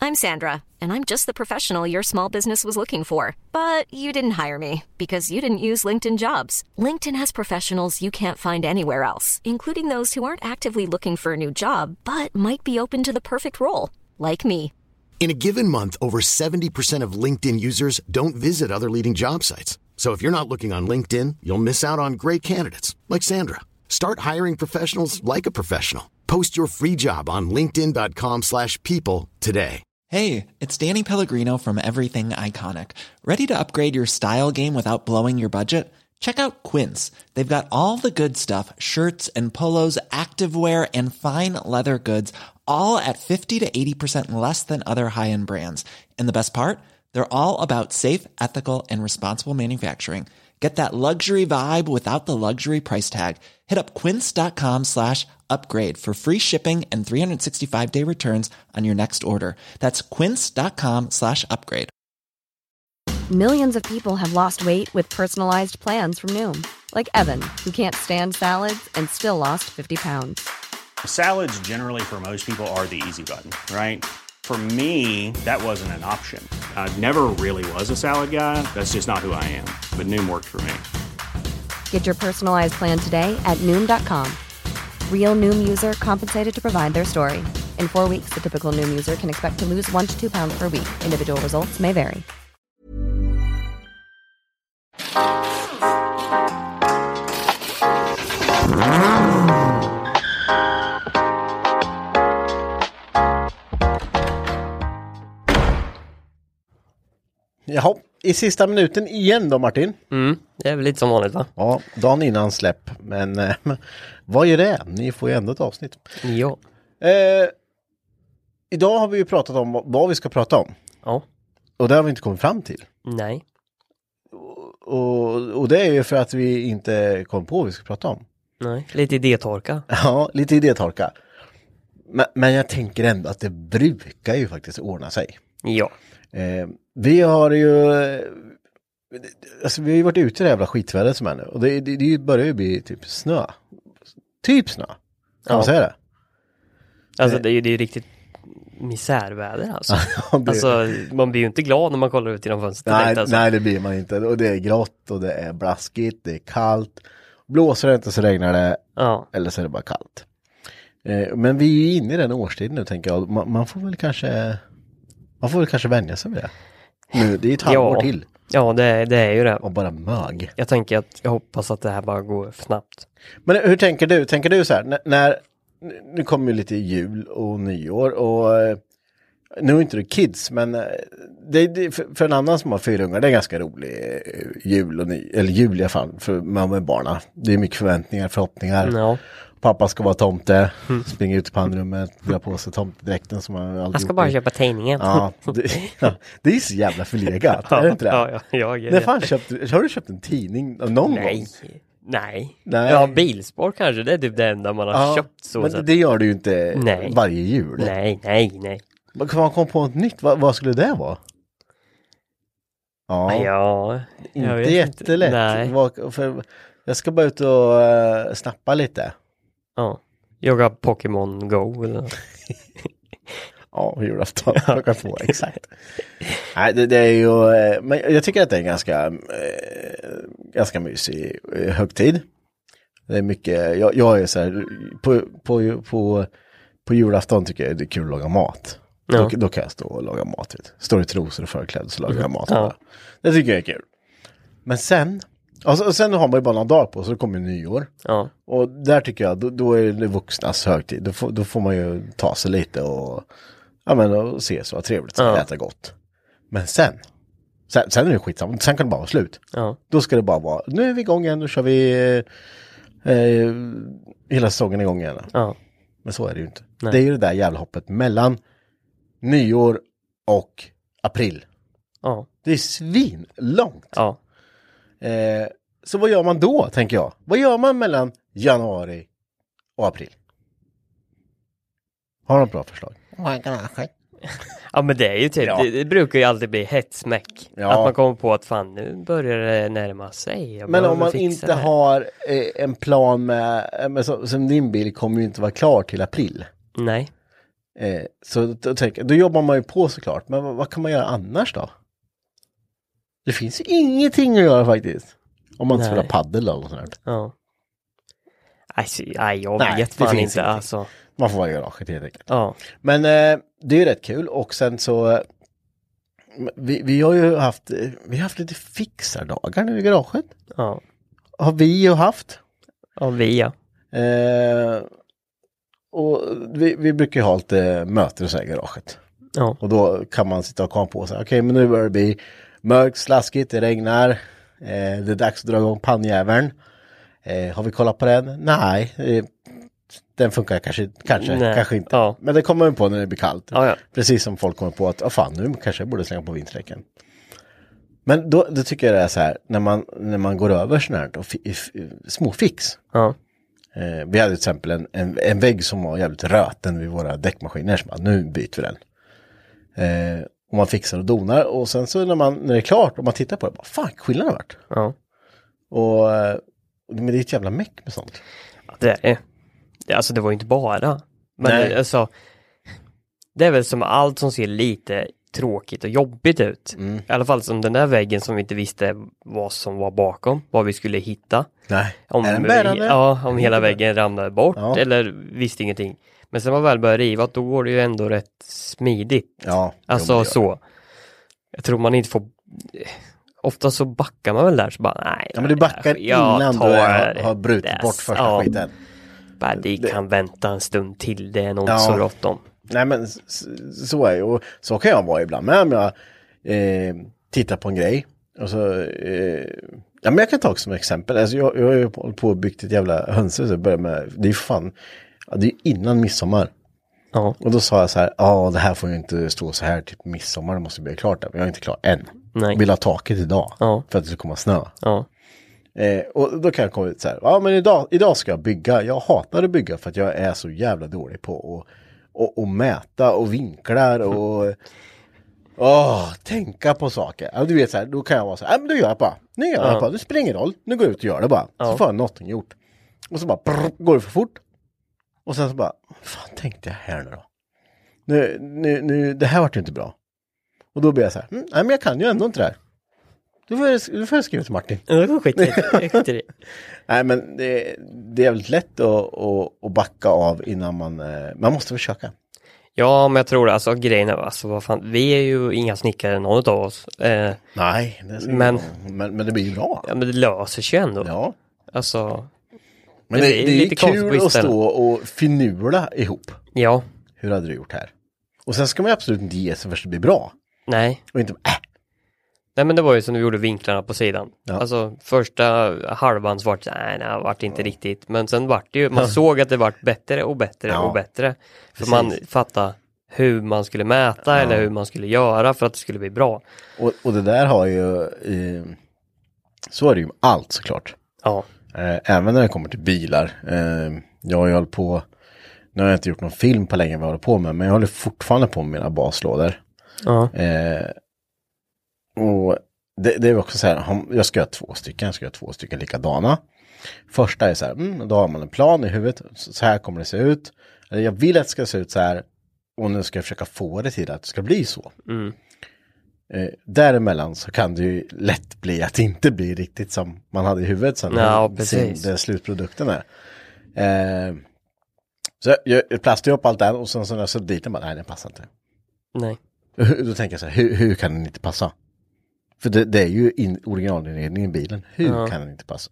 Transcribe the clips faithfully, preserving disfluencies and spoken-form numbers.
I'm Sandra, and I'm just the professional your small business was looking for. But you didn't hire me because you didn't use LinkedIn Jobs. LinkedIn has professionals you can't find anywhere else, including those who aren't actively looking for a new job, but might be open to the perfect role, like me. In a given month, over seventy percent of LinkedIn users don't visit other leading job sites. So if you're not looking on LinkedIn, you'll miss out on great candidates like Sandra. Start hiring professionals like a professional. Post your free job on linkedin dot com slash people today. Hey, it's Danny Pellegrino from Everything Iconic. Ready to upgrade your style game without blowing your budget? Check out Quince. They've got all the good stuff, shirts and polos, activewear, and fine leather goods, all at fifty to eighty percent less than other high-end brands. And the best part? They're all about safe, ethical, and responsible manufacturing. Get that luxury vibe without the luxury price tag. Hit up quince.com slash upgrade for free shipping and three sixty-five day returns on your next order. That's quince.com slash upgrade. Millions of people have lost weight with personalized plans from Noom. Like Evan, who can't stand salads and still lost fifty pounds. Salads generally for most people are the easy button, right? For me, that wasn't an option. I never really was a salad guy. That's just not who I am. But Noom worked for me. Get your personalized plan today at Noom dot com. Real Noom user compensated to provide their story. In four weeks, the typical Noom user can expect to lose one to two pounds per week. Individual results may vary. Jaha, i sista minuten igen då, Martin. Mm, det är väl lite som vanligt, va? Ja, dagen innan släpp. Men eh, vad är det? Ni får ju ändå ett avsnitt. Ja. Eh, idag har vi ju pratat om vad vi ska prata om. Ja. Och det har vi inte kommit fram till. Nej. Och, och det är ju för att vi inte kom på vad vi ska prata om. Nej, lite idétorka. Ja, lite idétorka. Men, men jag tänker ändå att det brukar ju faktiskt ordna sig. Ja. Eh, vi har ju alltså vi har ju varit ute i det jävla skitvädret som är nu. Och det, det, det börjar ju bli typ snö. Typ snö. Kan ja. man säga det? Alltså det är ju det är riktigt misärväder alltså. det... Alltså man blir ju inte glad när man kollar ut genom fönstret. Nej, alltså. nej, det blir man inte. Och det är grått och det är blaskigt, det är kallt. Blåser det inte så regnar det. Ja. Eller så är det bara kallt. Eh, men vi är inne i den årstiden nu, tänker jag. Man, man får väl kanske man får väl kanske vänja sig med det. Nu, det är ett halvår ja. till. Ja, det, det är ju det. Och bara mög. Jag tänker att jag hoppas att det här bara går snabbt. Men hur tänker du? Tänker du så här, när, när nu kommer ju lite jul och nyår och nu är inte det kids, men det, det, för, för en annan som har fyra ungar, det är ganska rolig jul och ny, eller jul i alla fall för man med barna. Det är mycket förväntningar, förhoppningar. Ja. Pappa ska vara tomte, mm. springa ut i pannrummet, dra på sig tomtedräkten som man aldrig Jag ska bara i. köpa tidningen. Ja, det, ja, det är så jävla förlegat, är det inte det? Ja, ja, ja, ja, När fan köpt, har du köpt en tidning någon Nej. gång? Nej. Nej. Ja, bilspår kanske, det är typ det enda man har ja, köpt. Så men så. det gör du ju inte nej. varje jul. Nej, nej, nej. Men kan man komma på något nytt? Vad, vad skulle det vara? Ja, ja inte jättelätt. Nej. Vad, för jag ska bara ut och uh, snappa lite. Ja, jaga Pokémon Go eller ja, julafton klockan två, exakt. Nej, det, det är ju, men jag tycker att det är en ganska, eh, ganska mysig eh, högtid. Det är mycket, jag, jag är så här, på, på, på, på julafton tycker jag det är kul att laga mat. Ja. Då, då kan jag stå och laga mat. Vet. Står i trosor och förklädd så lagar jag mat. Ja. Det tycker jag är kul. Men sen, alltså, och sen har man ju bara några dagar på så det kommer nyår. Ja. Och där tycker jag, då, då är det vuxnas högtid. Då får, då får man ju ta sig lite och, ja, men, och se så trevligt, så ja. Äta gott. Men sen, sen, sen är det skitsamma. Sen kan det bara vara slut. Ja. Då ska det bara vara, nu är vi igång igen, då kör vi eh, hela säsongen igång igen. Ja. Men så är det ju inte. Nej. Det är ju det där jävla hoppet mellan nyår och april. Ja. Det är svin långt. Ja. Eh, så vad gör man då, tänker jag? Vad gör man mellan januari och april? Har du något bra förslag? Ja, men det är ju typ, ja. det, det brukar ju alltid bli hetsmäck. Ja. Att man kommer på att fan, nu börjar det närma sig. Jag men om man inte har eh, en plan med, med så, som din bil kommer ju inte vara klar till april. Nej. Eh, så då, tänker, då jobbar man ju på såklart. Men vad, vad kan man göra annars då? Det finns ingenting att göra faktiskt. Om man inte spelar paddel eller något sånt. Ja. Alltså, nej, jag nej, vet fan inte. Alltså. Man får vara i garaget helt enkelt. Ja. Men eh, det är ju rätt kul. Och sen så... Eh, vi, vi har ju haft... Vi har haft lite fixardagar nu i garaget. Ja. Har vi ju haft. Ja, vi ja. Eh, och vi, vi brukar ju ha lite möten och så här i garaget. Ja. Och då kan man sitta och komma på sig. Okej, okay, men nu börjar det bli mörkt, slaskigt, det regnar. Eh, det är dags att dra igång pannjäveln. Eh, har vi kollat på den? Nej. Eh, den funkar kanske, kanske, Nej. kanske inte. Ja. Men det kommer man på när det blir kallt. Ja, ja. Precis som folk kommer på att, oh, fan, nu kanske jag borde slänga på vinträcken. Men då, då tycker jag det är så här, när man, när man går över sån här och fi, f, små fix. Ja. Eh, vi hade till exempel en, en, en vägg som var jävligt röten vid våra däckmaskiner. Så bara, nu byter vi den. Eh, och man fixar och donar. Och sen så när, man, när det är klart och man tittar på det, bara, fan, skillnaden har varit. Ja. Och, men det är ett jävla meck med sånt. Ja, det är det. Alltså det var ju inte bara. Men det, alltså, det är väl som allt som ser lite tråkigt och jobbigt ut. Mm. I alla fall som den där väggen som vi inte visste vad som var bakom. Vad vi skulle hitta. Nej. Om, är den bärande? Ja, om hela väggen ramlade bort. Ja. Eller visste ingenting. Men sen man väl börjar riva, då går det ju ändå rätt smidigt. Ja. Alltså så. Jag tror man inte får... Ofta så backar man väl där så bara nej. Ja, men du backar innan du har, har brutit det. bort första ja. skiten. Bara det kan det... vänta en stund till, det är nog ja. så råttom. Nej men så är ju, så kan jag vara ibland. Men om jag eh, tittar på en grej och så, eh, ja men jag kan ta som exempel. Alltså jag, jag har ju hållit på och byggt ett jävla hönshus och började med, det är ju fan, ja, det är innan midsommar. Ja. Och då sa jag så här, ja det här får ju inte stå så här typ midsommar, det måste bli klart där. Men jag är inte klar än. Nej. Vill ha taket idag ja. för att det ska komma snö. Ja. Eh, och då kan jag komma ut så här, ja men idag, idag ska jag bygga. Jag hatar att bygga för att jag är så jävla dålig på att och, och mäta och vinklar och åh, tänka på saker. Ja, du vet så här, då kan jag vara så här, ja men då gör jag bara. Nu gör jag ja. bara, det spelar ingen roll. Nu går jag ut och gör det bara. Ja. Så får jag någonting gjort. Och så bara, brr, går det för fort. Och sen så bara, fan tänkte jag här nu då? Nu, nu, nu, det här vart ju inte bra. Och då blir jag så här, mm, nej men jag kan ju ändå inte det här. Du får, du får skriva till Martin. Ja, det går skit i det. Nej men det, det är väldigt lätt att, att, att backa av innan man, man måste försöka. Ja men jag tror alltså grejen är, alltså vad fan, vi är ju inga snickare någon av oss. Eh, Nej, det men, men, men det blir ju bra. Ja men det löser sig ändå. Ja. Alltså. Men det, det, det är, lite kul att stå och finurla ihop. Ja. Hur hade du gjort här? Och sen ska man absolut inte ge sig först det blir bra. Nej. Och inte, äh. Nej men det var ju som du gjorde vinklarna på sidan. Ja. Alltså första halvan så var det, nej, nej, vart inte ja. riktigt. Men sen vart det ju, man såg att det vart bättre och bättre ja. och bättre. För Precis. man fattade hur man skulle mäta ja. eller hur man skulle göra för att det skulle bli bra. Och, och det där har ju, eh, så är det ju allt såklart. Ja. Eh, även när det kommer till bilar. Eh, jag har ju hållit på, nu har jag inte gjort någon film på länge vad jag håller på med, men jag håller fortfarande på med mina baslådor. Ja. Eh, och det, det är också så här, jag ska göra två stycken, jag ska göra två stycken likadana. Första är så här, mm, då har man en plan i huvudet, så här kommer det se ut. Eller jag vill att det ska se ut så här, och nu ska jag försöka få det till att det ska bli så. Mm. Eh, däremellan så kan det ju lätt bli att det inte blir riktigt som man hade i huvudet sen. Ja, sin, den slutprodukten är. Eh, så jag, jag plastar upp allt där och sen så när jag så dit den bara, nej den passar inte. Nej. Då tänker jag så här, hur, hur kan den inte passa? För det, det är ju in, originalinredningen i bilen. Hur ja. kan den inte passa?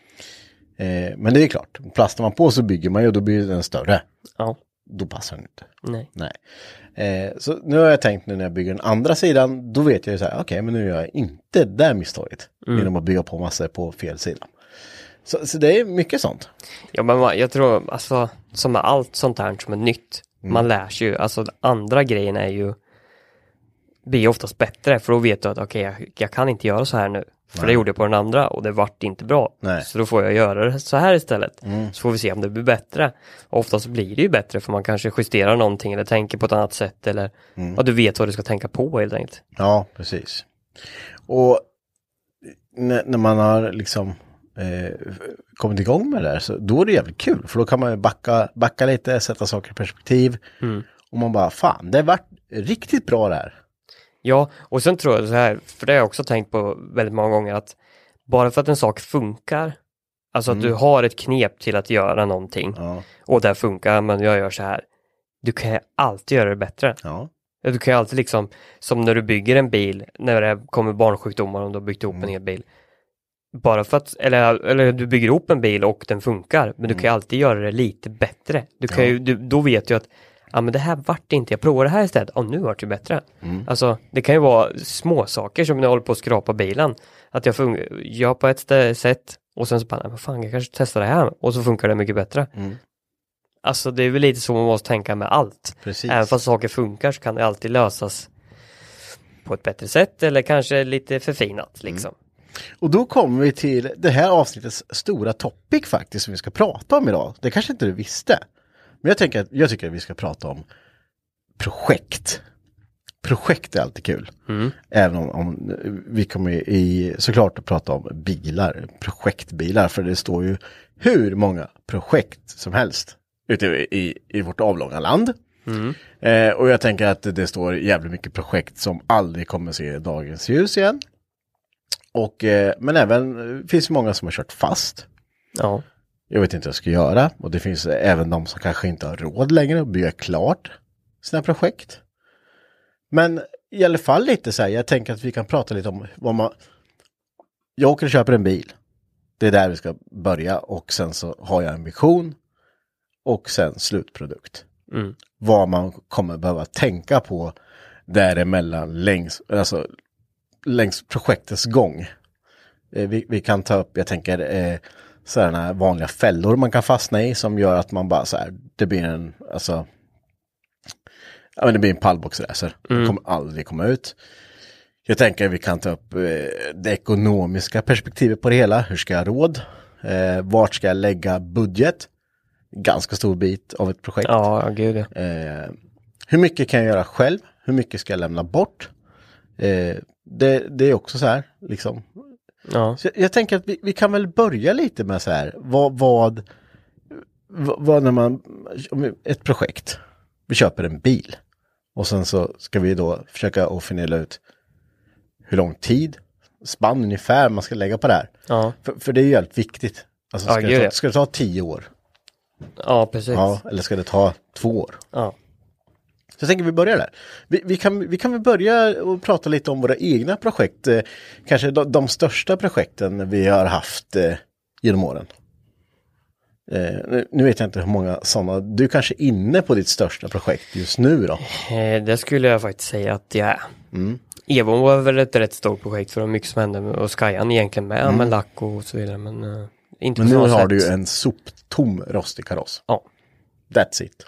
Eh, men det är klart, plastar man på så bygger man ju och då blir den större. Ja. Då passar den inte. Nej. Nej. Eh, så nu har jag tänkt nu när jag bygger den andra sidan, då vet jag ju så här, okej okay, men nu gör jag inte det där misstaget. Mm. Genom att bygga på massor på fel sida. Så, så det är mycket sånt. Ja men jag tror, alltså som med allt sånt här som är nytt, mm. man lär sig ju, alltså andra grejen är ju blir oftast bättre för då vet du att okej, okay, jag, jag kan inte göra så här nu. För Nej. det gjorde jag på den andra och det vart inte bra. Nej. Så då får jag göra det så här istället. Mm. Så får vi se om det blir bättre. Och oftast blir det ju bättre för man kanske justerar någonting eller tänker på ett annat sätt. Eller mm. ja, du vet vad du ska tänka på helt enkelt. Ja, precis. Och när, när man har liksom eh, kommit igång med det där så då är det jävligt kul. För då kan man backa, backa lite, sätta saker i perspektiv. Mm. Och man bara, fan, det har varit riktigt bra det här. Ja, och sen tror jag så här, för det har jag också tänkt på väldigt många gånger, att bara för att en sak funkar, alltså att mm. du har ett knep till att göra någonting, ja. Och det funkar, men jag gör så här, du kan ju alltid göra det bättre. Ja. Du kan ju alltid liksom, som när du bygger en bil, när det kommer barnsjukdomar om du har byggt ihop mm. en hel bil. Bara för att, eller, eller du bygger ihop en bil och den funkar, men mm. du kan ju alltid göra det lite bättre. Du kan ja. ju, du, då vet du att, ja men det här vart inte, jag provar det här istället, ja nu vart det bättre. Mm. Alltså det kan ju vara små saker som när jag håller på att skrapa bilen. Att jag fun- gör på ett sätt och sen så bara, vad fan jag kanske testar det här och så funkar det mycket bättre. Mm. Alltså det är väl lite så man måste tänka med allt. Precis. Även fast saker funkar så kan det alltid lösas på ett bättre sätt eller kanske lite förfinat liksom. Mm. Och då kommer vi till det här avsnittets stora topic faktiskt som vi ska prata om idag. Det kanske inte du visste. Men jag, tänker att, jag tycker att vi ska prata om projekt. Projekt är alltid kul. Mm. Även om, om vi kommer i, såklart att prata om bilar, projektbilar. För det står ju hur många projekt som helst ute i, i vårt avlånga land. Mm. Eh, och jag tänker att det står jävligt mycket projekt som aldrig kommer se dagens ljus igen. Och, eh, men även det finns många som har kört fast. Ja. Jag vet inte vad jag ska göra. Och det finns även de som kanske inte har råd längre att bygga klart sina projekt. Men i alla fall lite så här, jag tänker att vi kan prata lite om vad man... Jag åker och köper en bil. Det är där vi ska börja. Och sen så har jag en vision. Och sen slutprodukt. Mm. Vad man kommer behöva tänka på däremellan längs, alltså, längs projektets gång. Eh, vi, vi kan ta upp, jag tänker, eh, sådana vanliga fällor man kan fastna i som gör att man bara så här, det blir en, alltså, ja men det blir en pallboxracer. Mm. Det kommer aldrig komma ut. Jag tänker vi kan ta upp eh, det ekonomiska perspektivet på det hela. Hur ska jag ha råd? Eh, vart ska jag lägga budget? Ganska stor bit av ett projekt. Ja, gud ja. Eh, hur mycket kan jag göra själv? Hur mycket ska jag lämna bort? Eh, det, det är också så här, liksom. Ja. Så jag, jag tänker att vi, vi kan väl börja lite med så här, vad, vad, vad när man, ett projekt, vi köper en bil och sen så ska vi då försöka att förnedla ut hur lång tid, spann ungefär man ska lägga på det här. Ja. För, för det är ju helt viktigt. Alltså ska, ja, det ta, ska det ta tio år? Ja, precis. Ja, eller ska det ta två år? Ja. Så jag tänker vi börjar där. Vi, vi, kan, vi kan väl börja och prata lite om våra egna projekt. Eh, kanske de, de största projekten vi har haft eh, genom åren. Eh, nu, nu vet jag inte hur många sådana. Du är kanske inne på ditt största projekt just nu då? Eh, det skulle jag faktiskt säga att jag är. Mm. Evon var väl ett rätt stort projekt för det var mycket som hände med, och Skyan egentligen med, mm. med lack och så vidare. Men, uh, inte men nu har sätt. Du ju en soptom rostig kaross. Ja. That's it.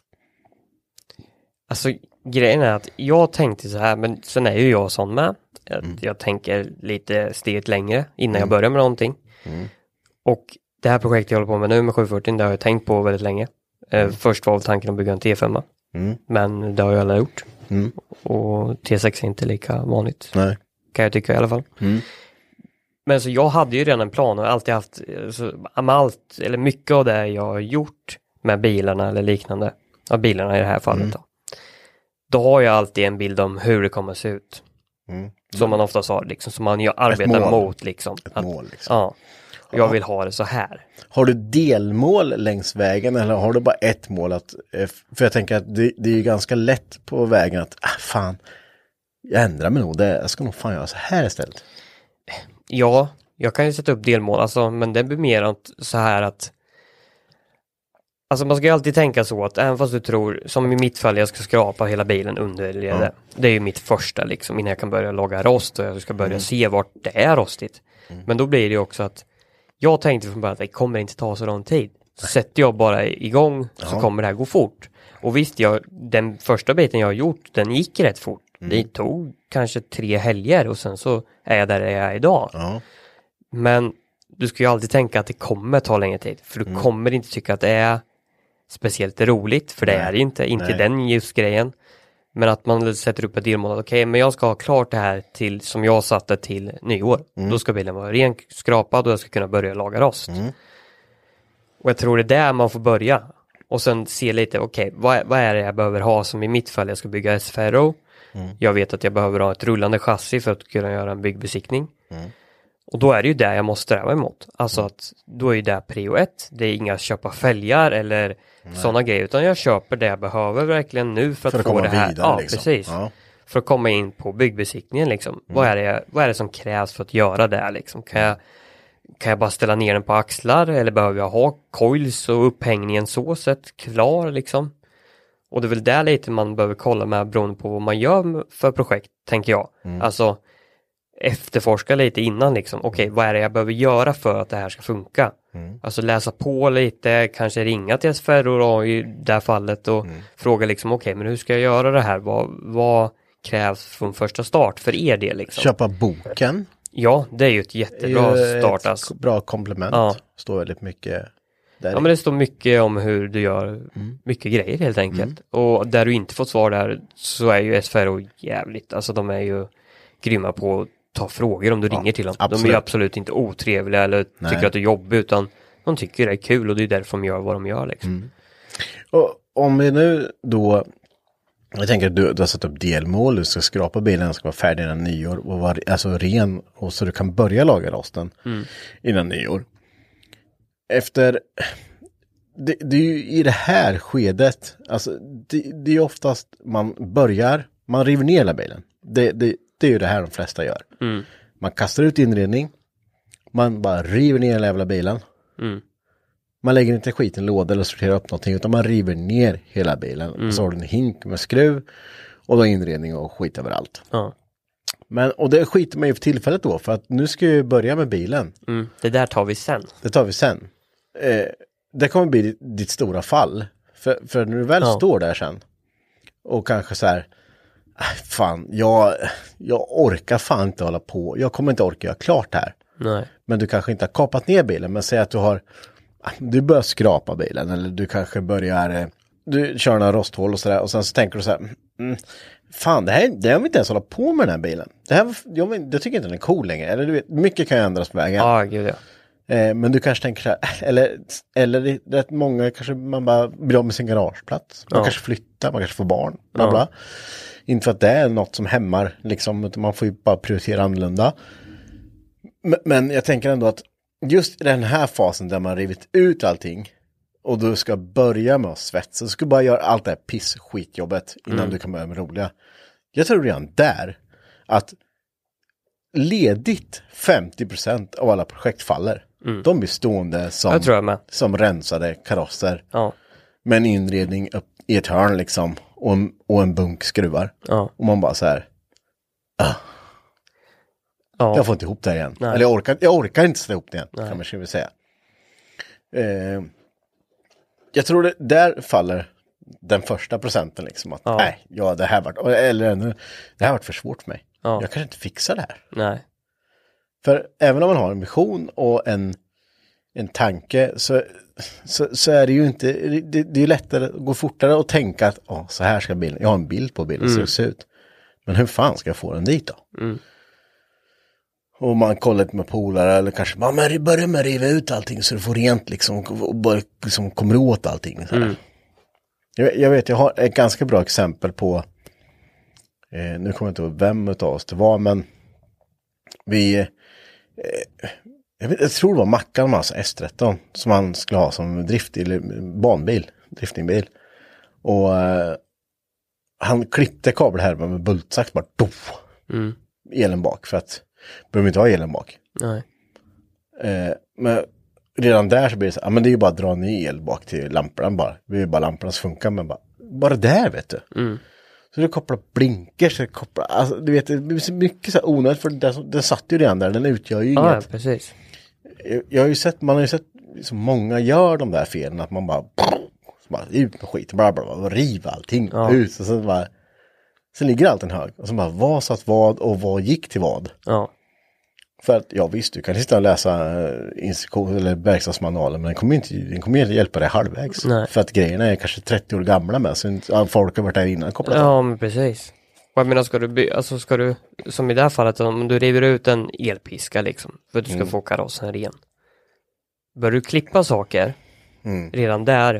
Alltså grejen är att jag tänkte så här, men sen är ju jag sån med. Att mm. jag tänker lite steget längre innan mm. jag börjar med någonting. Mm. Och det här projektet jag håller på med nu med sjuhundrafyrtio, det har jag tänkt på väldigt länge. Mm. Uh, först var tanken att bygga en T fem. Mm. Men det har jag alla gjort. Mm. Och T sex är inte lika vanligt. Nej. Kan jag tycka i alla fall. Mm. Men så jag hade ju redan en plan och alltid haft så, allt, eller mycket av det jag har gjort med bilarna eller liknande. Av bilarna i det här fallet mm. då. Då har jag alltid en bild om hur det kommer att se ut. Mm. Som man ofta sa, liksom, som man ju arbetar mot. Liksom. Ett att, mål liksom. Ja. Jag vill ha det så här. Har du delmål längs vägen eller har du bara ett mål? Att, för jag tänker att det, det är ju ganska lätt på vägen att, ah, fan, jag ändrar mig nog. Det, jag ska nog fan göra så här istället. Ja, jag kan ju sätta upp delmål, alltså, men det blir mer så här att alltså man ska ju alltid tänka så att även fast du tror, som i mitt fall, jag ska skrapa hela bilen under mm. det. Det är ju mitt första liksom, innan jag kan börja laga rost och jag ska börja mm. se vart det är rostigt. Mm. Men då blir det ju också att jag tänkte från början att det kommer inte ta så lång tid. Så sätter jag bara igång så ja. Kommer det här gå fort. Och visst, jag, den första biten jag har gjort, den gick rätt fort. Mm. Det tog kanske tre helger och sen så är jag där jag är idag. Ja. Men du ska ju alltid tänka att det kommer ta längre tid. För du mm. kommer inte tycka att det är speciellt roligt. För det Nej. Är det inte, inte Nej. Den just grejen. Men att man sätter upp ett delmål. Okej, okay, men jag ska ha klart det här till, som jag satte till nyår. Mm. Då ska bilen vara ren, skrapad och jag ska kunna börja laga rost. Mm. Och jag tror det är där man får börja. Och sen se lite, okej, okay, vad, vad är det jag behöver ha som i mitt fall jag ska bygga S-Ferro. Mm. Jag vet att jag behöver ha ett rullande chassi för att kunna göra en byggbesiktning. Mm. Och då är det ju det jag måste sträva emot. Alltså mm. att då är ju det prio ett. Det är inga köpa fälgar eller sådana grejer. Utan jag köper det jag behöver verkligen nu för att, för att få det här. Vidare, ja, liksom. precis. Ja. För att komma in på byggbesiktningen liksom. Mm. Vad, är det, vad är det som krävs för att göra det liksom? Kan jag, kan jag bara ställa ner den på axlar? Eller behöver jag ha coils och upphängningen så sett klar liksom? Och det är väl där lite man behöver kolla med beroende på vad man gör för projekt, tänker jag. Mm. Alltså efterforska lite innan liksom. Okej, okay, vad är det jag behöver göra för att det här ska funka? Mm. Alltså läsa på lite, kanske ringa till S F R O i det här fallet och mm. fråga liksom, okej, okay, men hur ska jag göra det här? Vad, vad krävs från första start för er del liksom? Köpa boken. Ja, det är ju ett jättebra ett start. Alltså. Bra komplement. Ja. Står väldigt mycket där. Ja, men det står mycket om hur du gör mm. mycket grejer helt enkelt. Mm. Och där du inte fått svar där så är ju S F R O jävligt, alltså de är ju grymma på att ta frågor om du ja, ringer till dem. Absolut. De är ju absolut inte otrevliga eller Nej. tycker att du är jobbig, utan de tycker det är kul och det är därför de gör vad de gör liksom. Mm. Och om vi nu då, jag tänker att du, du har satt upp delmål, du ska skrapa bilen, ska vara färdig innan nyår och vara alltså ren, och så du kan börja laga rosten mm. innan nyår. Efter det, det är ju i det här skedet, alltså det, det är oftast man börjar, man river ner hela bilen. Det, det, det är ju det här de flesta gör. Mm. Man kastar ut inredning, man bara river ner hela jävla bilen. Mm. Man lägger inte skiten i låda eller sorterar upp någonting, utan man river ner hela bilen. Mm. Och så har du en hink med skruv och då inredning och skit överallt. Ja. Men, och det skiter man ju för tillfället då, för att nu ska jag börja med bilen. Mm. Det där tar vi sen. Det tar vi sen. Eh, det kommer bli ditt, ditt stora fall. För, för när du väl ja. står där sen och kanske så här, fan, jag, jag orkar fan inte hålla på. Jag kommer inte orka göra klart det här. Nej. Men du kanske inte har kapat ner bilen, men säg att du har, du börjar skrapa bilen, eller du kanske börjar, du kör några rosthål och sådär, och sen så tänker du så här, mm, fan, det här, det här vill inte ens hålla på med den här bilen. Det här, jag, jag tycker inte den är cool längre. Eller du vet, mycket kan ju ändras på vägen. Ja, gud ja. Eh, men du kanske tänker så här, eller, eller rätt många, kanske man bara blir av med sin garageplats. Man ja. kanske flyttar, man kanske får barn, bla bla. Ja. Inte för att det är något som hämmar, liksom, utan man får ju bara prioritera annorlunda. Men, men jag tänker ändå att just i den här fasen där man rivit ut allting och du ska börja med att svetsa, så ska du bara göra allt det här piss skitjobbet innan mm. du kan börja med roliga. Jag tror redan där att ledigt femtio procent av alla projekt faller. Mm. De blir stående som, som rensade karosser ja. med en inredning upp i ett hörn liksom, och en, och en bunk skruvar. Ja. Och man bara så här, ah. ja. jag får inte ihop det igen. Nej. Eller jag orkar, jag orkar inte sätta ihop det igen, Nej. kan man skulle säga. Eh, jag tror det där faller den första procenten liksom, att ja. nej, ja, det här var, eller ännu, det här var för svårt för mig. Ja. Jag kanske inte fixar det här. Nej. För även om man har en vision och en, en tanke, så, så, så är det ju inte, det, det är lättare, att gå fortare och tänka att oh, så här ska bilen, jag har en bild på bilen, mm. så det ser ut. Men hur fan ska jag få den dit då? Mm. Och man kollar lite med polare, eller kanske man börjar med att riva ut allting så du får rent liksom, och bara liksom kommer åt allting. Så mm. jag, jag vet, jag har ett ganska bra exempel på, eh, nu kommer jag inte ihåg vem av oss det var, men vi, eh, jag, vet, jag tror det var Mackan, alltså S tretton, som han skulle ha som drift, eller banbil, driftingbil. Och eh, han klippte kabelhärvan med bultsax, bara doff, mm. elen bak, för att behöver inte ha elen bak. Nej. Eh, men redan där så blir det så, ja men det är ju bara att dra ner el bak till lamporna bara. Det är ju bara lamporna som funkar, men bara, bara där vet du. Mm. Så du kopplar blinkers, så kopplar, alltså du vet, det blir så mycket så här onödigt, för den, den satt ju redan där, den utgör ju ah, inget. Ja, precis. Jag, jag har ju sett, man har ju sett så många gör de där felen, att man bara, bara ut med skit, bara, bara, bara riva allting ja. ut, och så bara, sen ligger allt en hög, och så bara, vad satt vad och vad gick till vad. Ja. För att, ja visst, du kan sitta och läsa instruktion eller verkstadsmanualen, men den kommer inte, den kommer inte hjälpa dig halvvägs. Nej. För att grejerna är kanske trettio år gamla med, så folk har varit där innan kopplat. Ja, men precis. Och jag menar, ska du, by- alltså ska du, som i det här fallet, om du river ut en elpiska liksom, för att du ska mm. få karossen ren. Bör du klippa saker, mm. redan där,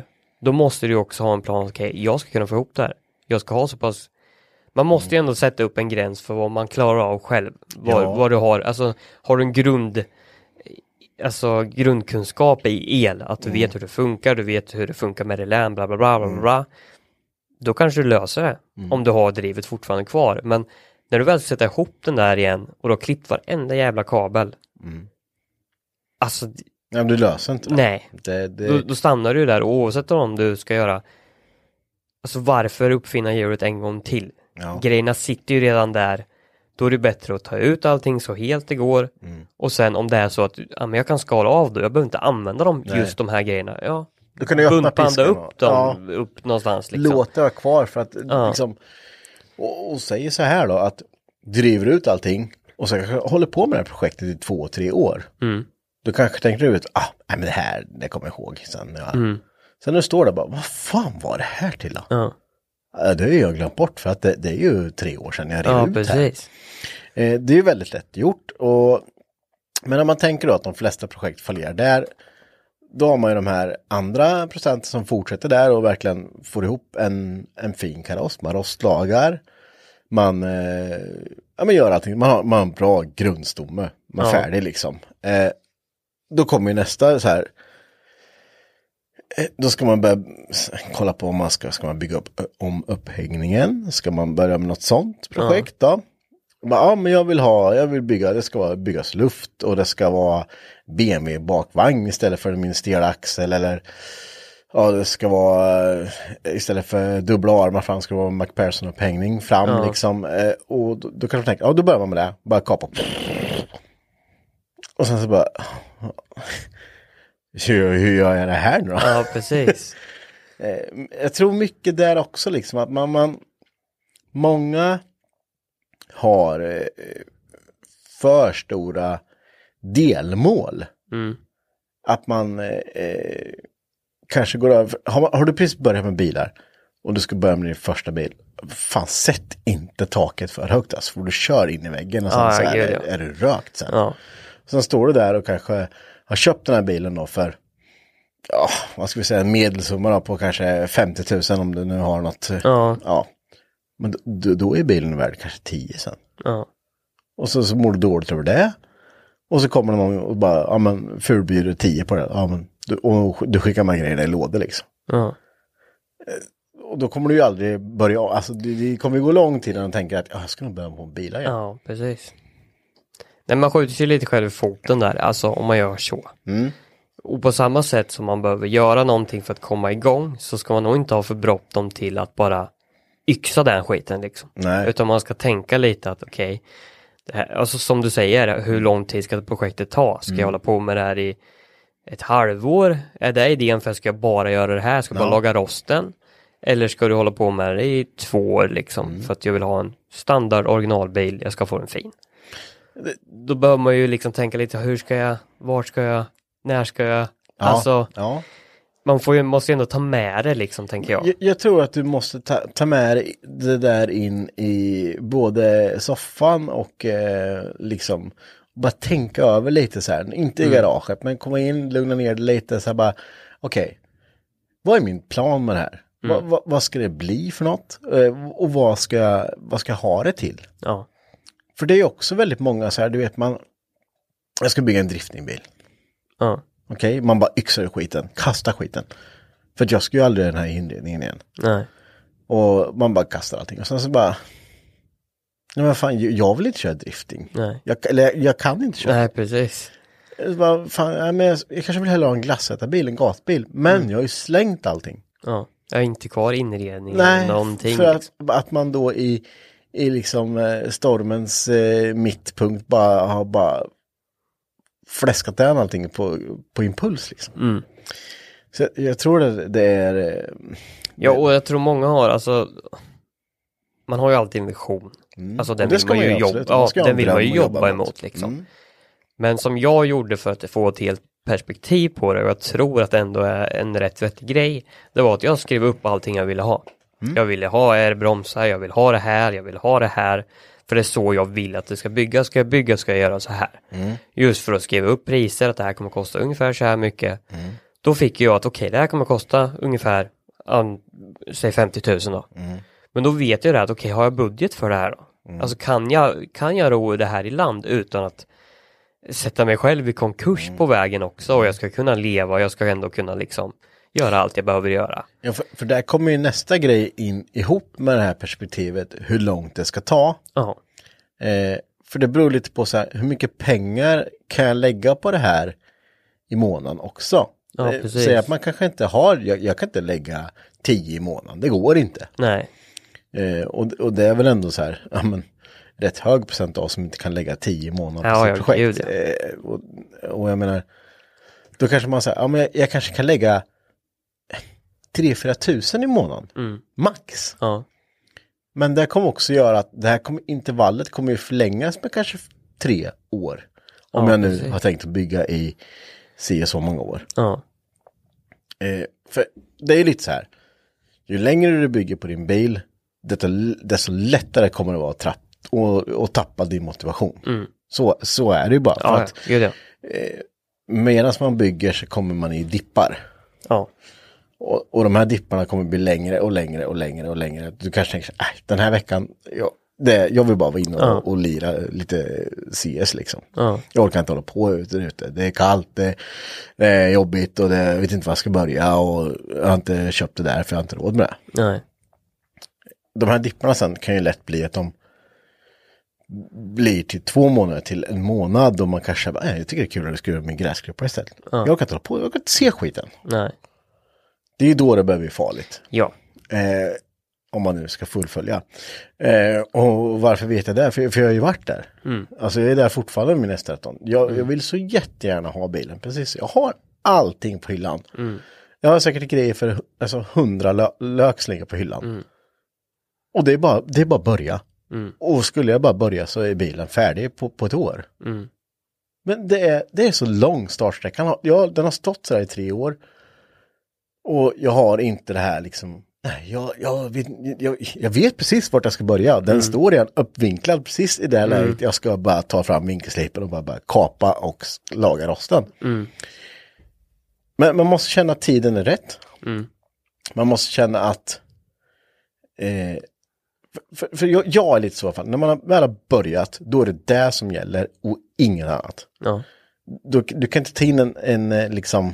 då måste du också ha en plan. Okej, okay, jag ska kunna få ihop det här. Jag ska ha så pass... Man måste ju ändå sätta upp en gräns för vad man klarar av själv. Vad, ja. vad du har. Alltså, har du en grund... Alltså grundkunskap i el. Att du mm. vet hur det funkar. Du vet hur det funkar med relän. Bla bla bla bla bla. Mm. Då kanske du löser det. Mm. Om du har drivet fortfarande kvar. Men när du väl sätter ihop den där igen. Och du har klippt varenda jävla kabel. Mm. Alltså... Ja, men du löser inte det. Nej. Det, det... Då, då stannar du där. Och oavsett om du ska göra... Alltså varför uppfinna hjulet en gång till? Ja. Grejerna sitter ju redan där. Då är det bättre att ta ut allting så helt det går. Mm. Och sen om det är så att ja, men jag kan skala av det. Jag behöver inte använda dem, just de här grejerna. Ja, då kan du öppna piskan upp dem ja. upp någonstans. Liksom. Låta det kvar för att ja. liksom, och, och säger så här då att driver ut allting och så håller på med det här projektet i två, tre år. Mm. Då kanske tänker du ut, ah, nej, men det här, det kommer jag ihåg sen. Ja. Mm. Sen när du står där bara, vad fan var det här till då? Ja. Ja, det har jag glömt bort för att det, det är ju tre år sedan jag rev ja, ut precis. här. Eh, det är ju väldigt lätt gjort. Och, men om man tänker då att de flesta projekt fallerar där, då har man ju de här andra procenten som fortsätter där och verkligen får ihop en, en fin kaross. Man rostlagar, man, eh, ja, man gör allting, man har, man har en bra grundstomme, man är ja. färdig liksom. Eh, då kommer ju nästa så här. Då ska man börja kolla på om man ska, ska man bygga upp om upphängningen. Ska man börja med något sånt projekt då? Ja, men jag vill ha, jag vill bygga, det ska vara byggas luft och det ska vara B M W bakvagn istället för min stela axel eller ja, det ska vara istället för dubbla armar fram ska det vara McPherson upphängning fram ja. liksom. Och då, då kan man tänka, ja då börjar man med det, bara kapa. Och sen så bara... Hur, hur gör jag det här nu då? Ja, precis. Jag tror mycket där också liksom att man, man många har eh, för stora delmål. Mm. Att man eh, kanske går över... Har, har du precis börjat med bilar och du ska börja med din första bil, fan, sätt inte taket för högt alltså, för du kör in i väggen och sen ah, så är, är, är du rökt sen. Ja. Sen står du där och kanske har köpt den här bilen då för, ja, vad ska vi säga, en medelsumma då på kanske femtio tusen om du nu har något. Ja. ja. Men då, då är bilen värd kanske tio sen. Ja. Och så, så mår du dåligt över det. Och så kommer någon och bara, ja men furbjuder tio på det. Ja men, du, och du skickar med grejerna i lådor liksom. Ja. Och då kommer du ju aldrig börja, alltså det, det kommer ju gå lång tid när man tänker att jag ska nog börja på en bil igen. Ja, precis. Nej, man skjuter sig lite själv i foten där, alltså om man gör så. Mm. Och på samma sätt som man behöver göra någonting för att komma igång, så ska man nog inte ha för bråttom till att bara yxa den skiten liksom. Nej. Utan man ska tänka lite att okej, okay, alltså som du säger, hur lång tid ska projektet ta? Ska mm. jag hålla på med det här i ett halvår? Är det idén för att ska jag bara göra det här? Ska jag no. bara laga rosten? Eller ska du hålla på med det i två år liksom, mm. för att jag vill ha en standard originalbil, jag ska få den fin. Då bör man ju liksom tänka lite, hur ska jag, vart ska jag, när ska jag, ja, alltså ja. Man får ju, måste ju ändå ta med det liksom, tänker jag. Jag, jag tror att du måste ta, ta med det där in i både soffan och eh, liksom bara tänka över lite så här, inte i mm. garaget, men komma in, lugna ner det lite så här bara, okej, okay, vad är min plan med det här? Mm. Va, va, vad ska det bli för något? Eh, och vad ska, jag, vad ska jag ha det till? Ja. För det är också väldigt många så här, du vet man, jag ska bygga en driftingbil. Ja. Okej, okay, man bara yxar skiten, kastar skiten. För att jag ska ju aldrig den här inredningen igen. Nej. Och man bara kastar allting. Och sen så bara, nej men fan, jag vill inte köra drifting. Nej. Jag, eller jag, jag kan inte köra. Nej, precis. Jag, bara, fan, men jag, jag kanske vill hellre ha en glassätarbil, en gatbil. Men mm. jag har ju slängt allting. Ja, jag är inte kvar inredningen. Nej, någonting. för att, att man då i, i liksom eh, stormens eh, mittpunkt bara har bara fläskat den allting på, på impuls liksom. Mm. Så jag, jag tror det, det är... Eh, ja, och jag tror många har, alltså, man har ju alltid en vision. Mm. Alltså den vill man ju jobba, ja, den vill man ju jobba, jobba emot liksom. Mm. Men som jag gjorde för att få ett helt perspektiv på det, och jag tror att det ändå är en rätt vettig grej, det var att jag skrev upp allting jag ville ha. Mm. Jag ville ha airbromsar, jag vill ha det här, jag vill ha det här. För det är så jag vill att det ska byggas. Ska jag bygga ska jag göra så här. Mm. Just för att skriva upp priser, att det här kommer kosta ungefär så här mycket. Mm. Då fick jag att okej, okay, det här kommer kosta ungefär um, säg femtio tusen då. Mm. Men då vet jag det att okej, okay, har jag budget för det här då? Mm. Alltså kan jag, kan jag ro det här i land utan att sätta mig själv i konkurs mm. på vägen också, och jag ska kunna leva och jag ska ändå kunna liksom göra allt jag behöver göra. Ja, för, för där kommer ju nästa grej in ihop med det här perspektivet, hur långt det ska ta. Ja. Eh, för det beror lite på så här, hur mycket pengar kan jag lägga på det här i månaden också. Ja, eh, precis. Så att man kanske inte har, jag, jag kan inte lägga tio i månaden, det går inte. Nej. Eh, och, och det är väl ändå så här, ja men rätt hög procent av som inte kan lägga tio i månaden ja, på sitt sitt projekt. Gud, ja. eh, och, och jag menar, då kanske man säger, ja men jag, jag kanske kan lägga tre fyra tusen i månaden, mm. max. Ja. Men det kommer också göra att det här kommer, intervallet kommer ju förlängas med kanske tre år. Om ja, jag nu precis. har tänkt att bygga i se så många år. Ja. Eh, för det är ju lite så här, ju längre du bygger på din bil, desto, desto lättare kommer det vara att, trapp, och, och tappa din motivation. Mm. Så, så är det ju bara. Ja, för att, ja. Ja. Eh, medan man bygger så kommer man i dippar. Ja. Och, och de här dipparna kommer bli längre och längre och längre och längre. Du kanske tänker, äh, den här veckan, jag, det, jag vill bara vara inne och, ja. och lira lite C S liksom. Ja. Jag orkar inte hålla på ute, ute. Det är kallt, det, det är jobbigt och det, jag vet inte var jag ska börja och jag har inte köpt det där för jag har inte råd med det. Nej. De här dipparna sen kan ju lätt bli att de blir till två månader till en månad och man kanske bara, äh, jag tycker det är kul att du ska göra min gräsklippare istället. Ja. Jag orkar inte hålla på, jag orkar inte se skiten. Nej. Det är ju då det börjar bli farligt. Ja. Eh, om man nu ska fullfölja. Eh, och varför vet jag det? För, för jag har ju varit där. Mm. Alltså jag är där fortfarande med min S tretton. Jag, mm. jag vill så jättegärna ha bilen. Precis. Jag har allting på hyllan. Mm. Jag har säkert grejer för alltså, hundra lö lökslingar på hyllan. Mm. Och det är bara, det är bara börja. Mm. Och skulle jag bara börja så är bilen färdig på, på ett år. Mm. Men det är, det är så lång startsträckan. Jag, den har stått så där i tre år. Och jag har inte det här liksom, nej, jag, jag, vet, jag, jag vet precis vart jag ska börja. Den mm. står redan uppvinklad precis i det här mm. läget. Jag ska bara ta fram vinkelslipen och bara, bara kapa och laga rosten. Mm. Men man måste känna att tiden är rätt. Mm. Man måste känna att, eh, för, för jag, jag är lite så i alla fall, när man väl har börjat, då är det det som gäller och ingen annat. Ja. Du, du kan inte ta in en, en liksom...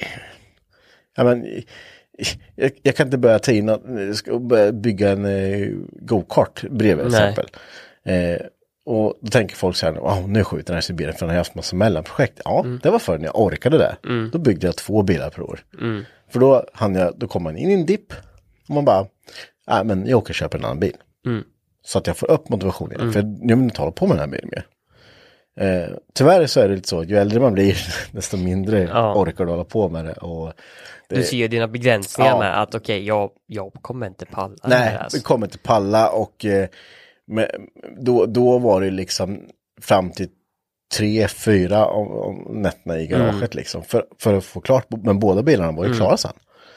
Ja, men, jag, jag kan inte börja ta in och börja bygga en uh, go-kart bredvid till exempel. Eh, och då tänker folk så här, oh, nu skjuter den här Sibirien för den har haft massa mellanprojekt. Ja, mm. det var förrän jag orkade det. Mm. Då byggde jag två bilar per år. Mm. För då, hann jag, då kom man in i en dipp och man bara, nej men jag åker och köper en annan bil. Mm. Så att jag får upp motivationen. Mm. För jag vill inte hålla på med den här bilen mer. Eh, tyvärr så är det lite så, ju äldre man blir desto mindre ja. orkar du hålla på med det. Och det du ser ju dina begränsningar ja. med att okej, okay, jag, jag kommer inte palla. Nej, alltså. vi kommer inte palla och eh, med, då, då var det liksom fram till tre, fyra om, om nätterna i garaget mm. liksom. För, för att få klart, men båda bilarna var ju mm. klara sen.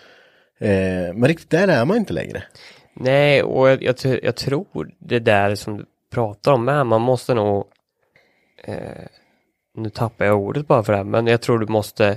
Eh, men riktigt där är man inte längre. Nej, och jag, jag, jag tror det där som du pratar om med, man måste nog Eh, nu tappar jag ordet bara för det här, men jag tror du måste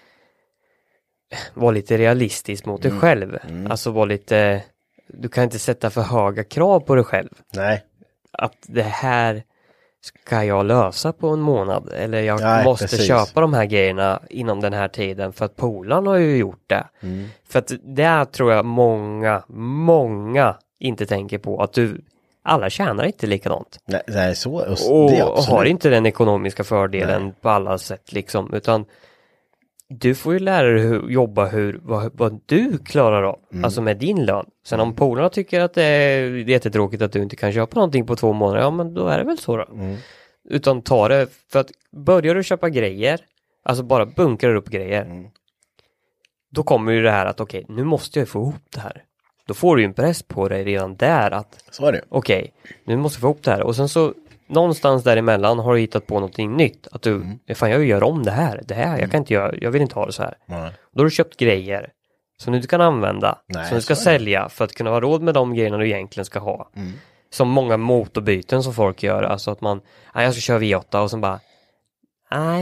vara lite realistisk mot dig mm. själv. Mm. Alltså vara lite, du kan inte sätta för höga krav på dig själv. Nej. Att det här ska jag lösa på en månad, eller jag Nej, måste precis. köpa de här grejerna inom den här tiden för att polarn har ju gjort det. Mm. För att det tror jag många, många inte tänker på, att du alla tjänar inte likadant. Nej, nej så. Och, det och har inte den ekonomiska fördelen nej. på alla sätt liksom. Utan du får ju lära dig hur, jobba hur, vad, vad du klarar av. Mm. Alltså med din lön. Sen om polarna tycker att det är jättetråkigt att du inte kan köpa någonting på två månader. Ja men då är det väl så då. Mm. Utan ta det. För att börjar du köpa grejer. Alltså bara bunkrar upp grejer. Mm. Då kommer ju det här att okej, okay, nu måste jag få ihop det här. Då får du ju en press på dig redan där att så är det. Okej, okay, nu måste vi få ihop det här. Och sen så någonstans däremellan har du hittat på någonting nytt. Att du, mm. fan jag gör om det här. Det här, mm. jag kan inte göra, jag vill inte ha det så här. Mm. Då har du köpt grejer som du inte kan använda. Nej, som du ska sälja för att kunna ha råd med de grejerna du egentligen ska ha. Mm. Som många motorbyten som folk gör. Alltså att man, nej jag ska köra V åtta och sen bara, nej,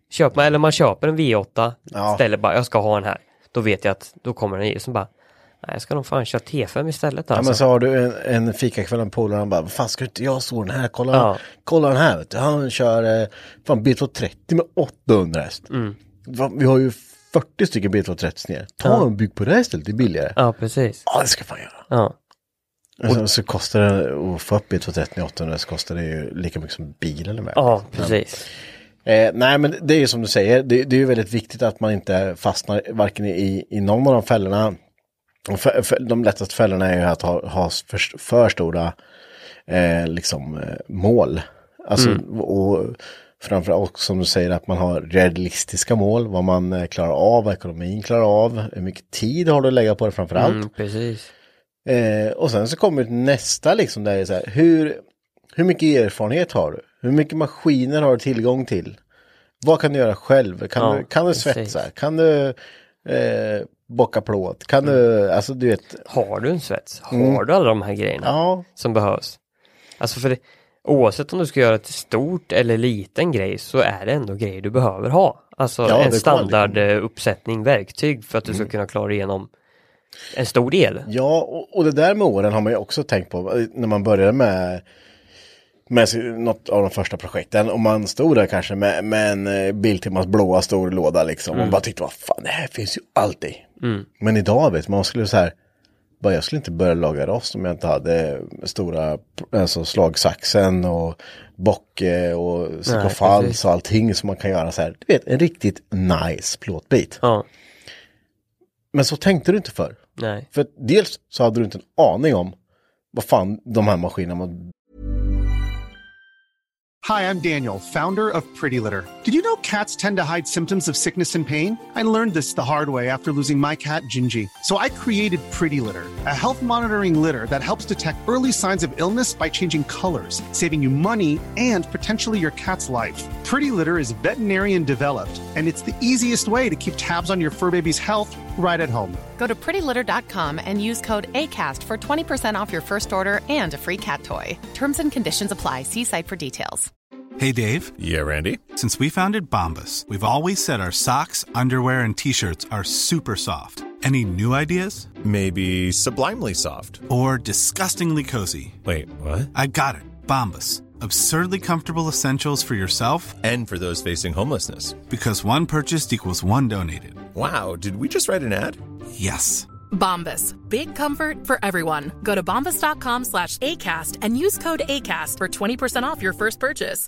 Köper man, eller man köper en V åtta, Ja. ställer bara, jag ska ha den här. Då vet jag att då kommer den i. Som bara, nej, jag ska nog fan köra T fem istället. Alltså. Ja, men så har du en, en fikakväll med polaren och bara, vad fan ska inte jag stå den här? Kolla, Ja. kolla den här. Vet du. Han kör eh, fan B tvåhundratrettio med åttahundra häst. Mm. Va, vi har ju fyrtio stycken B tvåhundratrettio ner. Ta Ja. en bygg på det här istället, det är billigare. Ja, precis. Ja, det ska fan göra. Ja. Och så, så kostar det, att få upp B tvåhundratrettio med åttahundra så kostar det ju lika mycket som bilen är värd. Ja, precis. Eh, nej, men det är ju som du säger, det, det är ju väldigt viktigt att man inte fastnar varken i, i någon av de fällorna. Och för, för, de lättaste fällorna är ju att ha, ha för, för stora eh, liksom, eh, mål. Alltså, mm. och framförallt som du säger att man har realistiska mål, vad man eh, klarar av, vad ekonomin klarar av, hur mycket tid har du att lägga på det framförallt. Mm, precis. Eh, och sen så kommer nästa liksom, där är så här, hur, hur mycket erfarenhet har du? Hur mycket maskiner har du tillgång till? Vad kan du göra själv? Kan, ja, du, kan du svetsa? Precis. Kan du eh, bocka plåt? Kan mm. du, alltså du vet... Har du en svets? Har mm. du alla de här grejerna ja. som behövs? Alltså för det, oavsett om du ska göra ett stort eller liten grej så är det ändå grejer du behöver ha. Alltså ja, en standarduppsättning verktyg för att du ska mm. kunna klara igenom en stor del. Ja, och, och det där med åren har man ju också tänkt på när man började med med något av de första projekten. Och man stod där kanske med, med en Biltemas blåa stor låda liksom. Mm. Och bara tyckte, vad fan, det här finns ju alltid. Mm. Men idag vet man, skulle så här, bara jag skulle inte börja laga rost om jag inte hade stora alltså slagsaxen och bocke och psykofals och allting som man kan göra så här. Du vet, en riktigt nice plåtbit. Ja. Men så tänkte du inte för. Nej. För dels så hade du inte en aning om vad fan de här maskinerna. Hi, I'm Daniel, founder of Pretty Litter. Did you know cats tend to hide symptoms of sickness and pain? I learned this the hard way after losing my cat, Gingy. So I created Pretty Litter, a health monitoring litter that helps detect early signs of illness by changing colors, saving you money and potentially your cat's life. Pretty Litter is veterinarian developed, and it's the easiest way to keep tabs on your fur baby's health right at home. Go to pretty litter dot com and use code ACAST for twenty percent off your first order and a free cat toy. Terms and conditions apply. See site for details. Hey, Dave. Yeah, Randy. Since we founded Bombas, we've always said our socks, underwear, and T-shirts are super soft. Any new ideas? Maybe sublimely soft. Or disgustingly cozy. Wait, what? I got it. Bombas. Absurdly comfortable essentials for yourself and for those facing homelessness. Because one purchased equals one donated. Wow, did we just write an ad? Yes. Bombas. Big comfort for everyone. Go to bombas dot com slash ACAST and use code ACAST for twenty percent off your first purchase.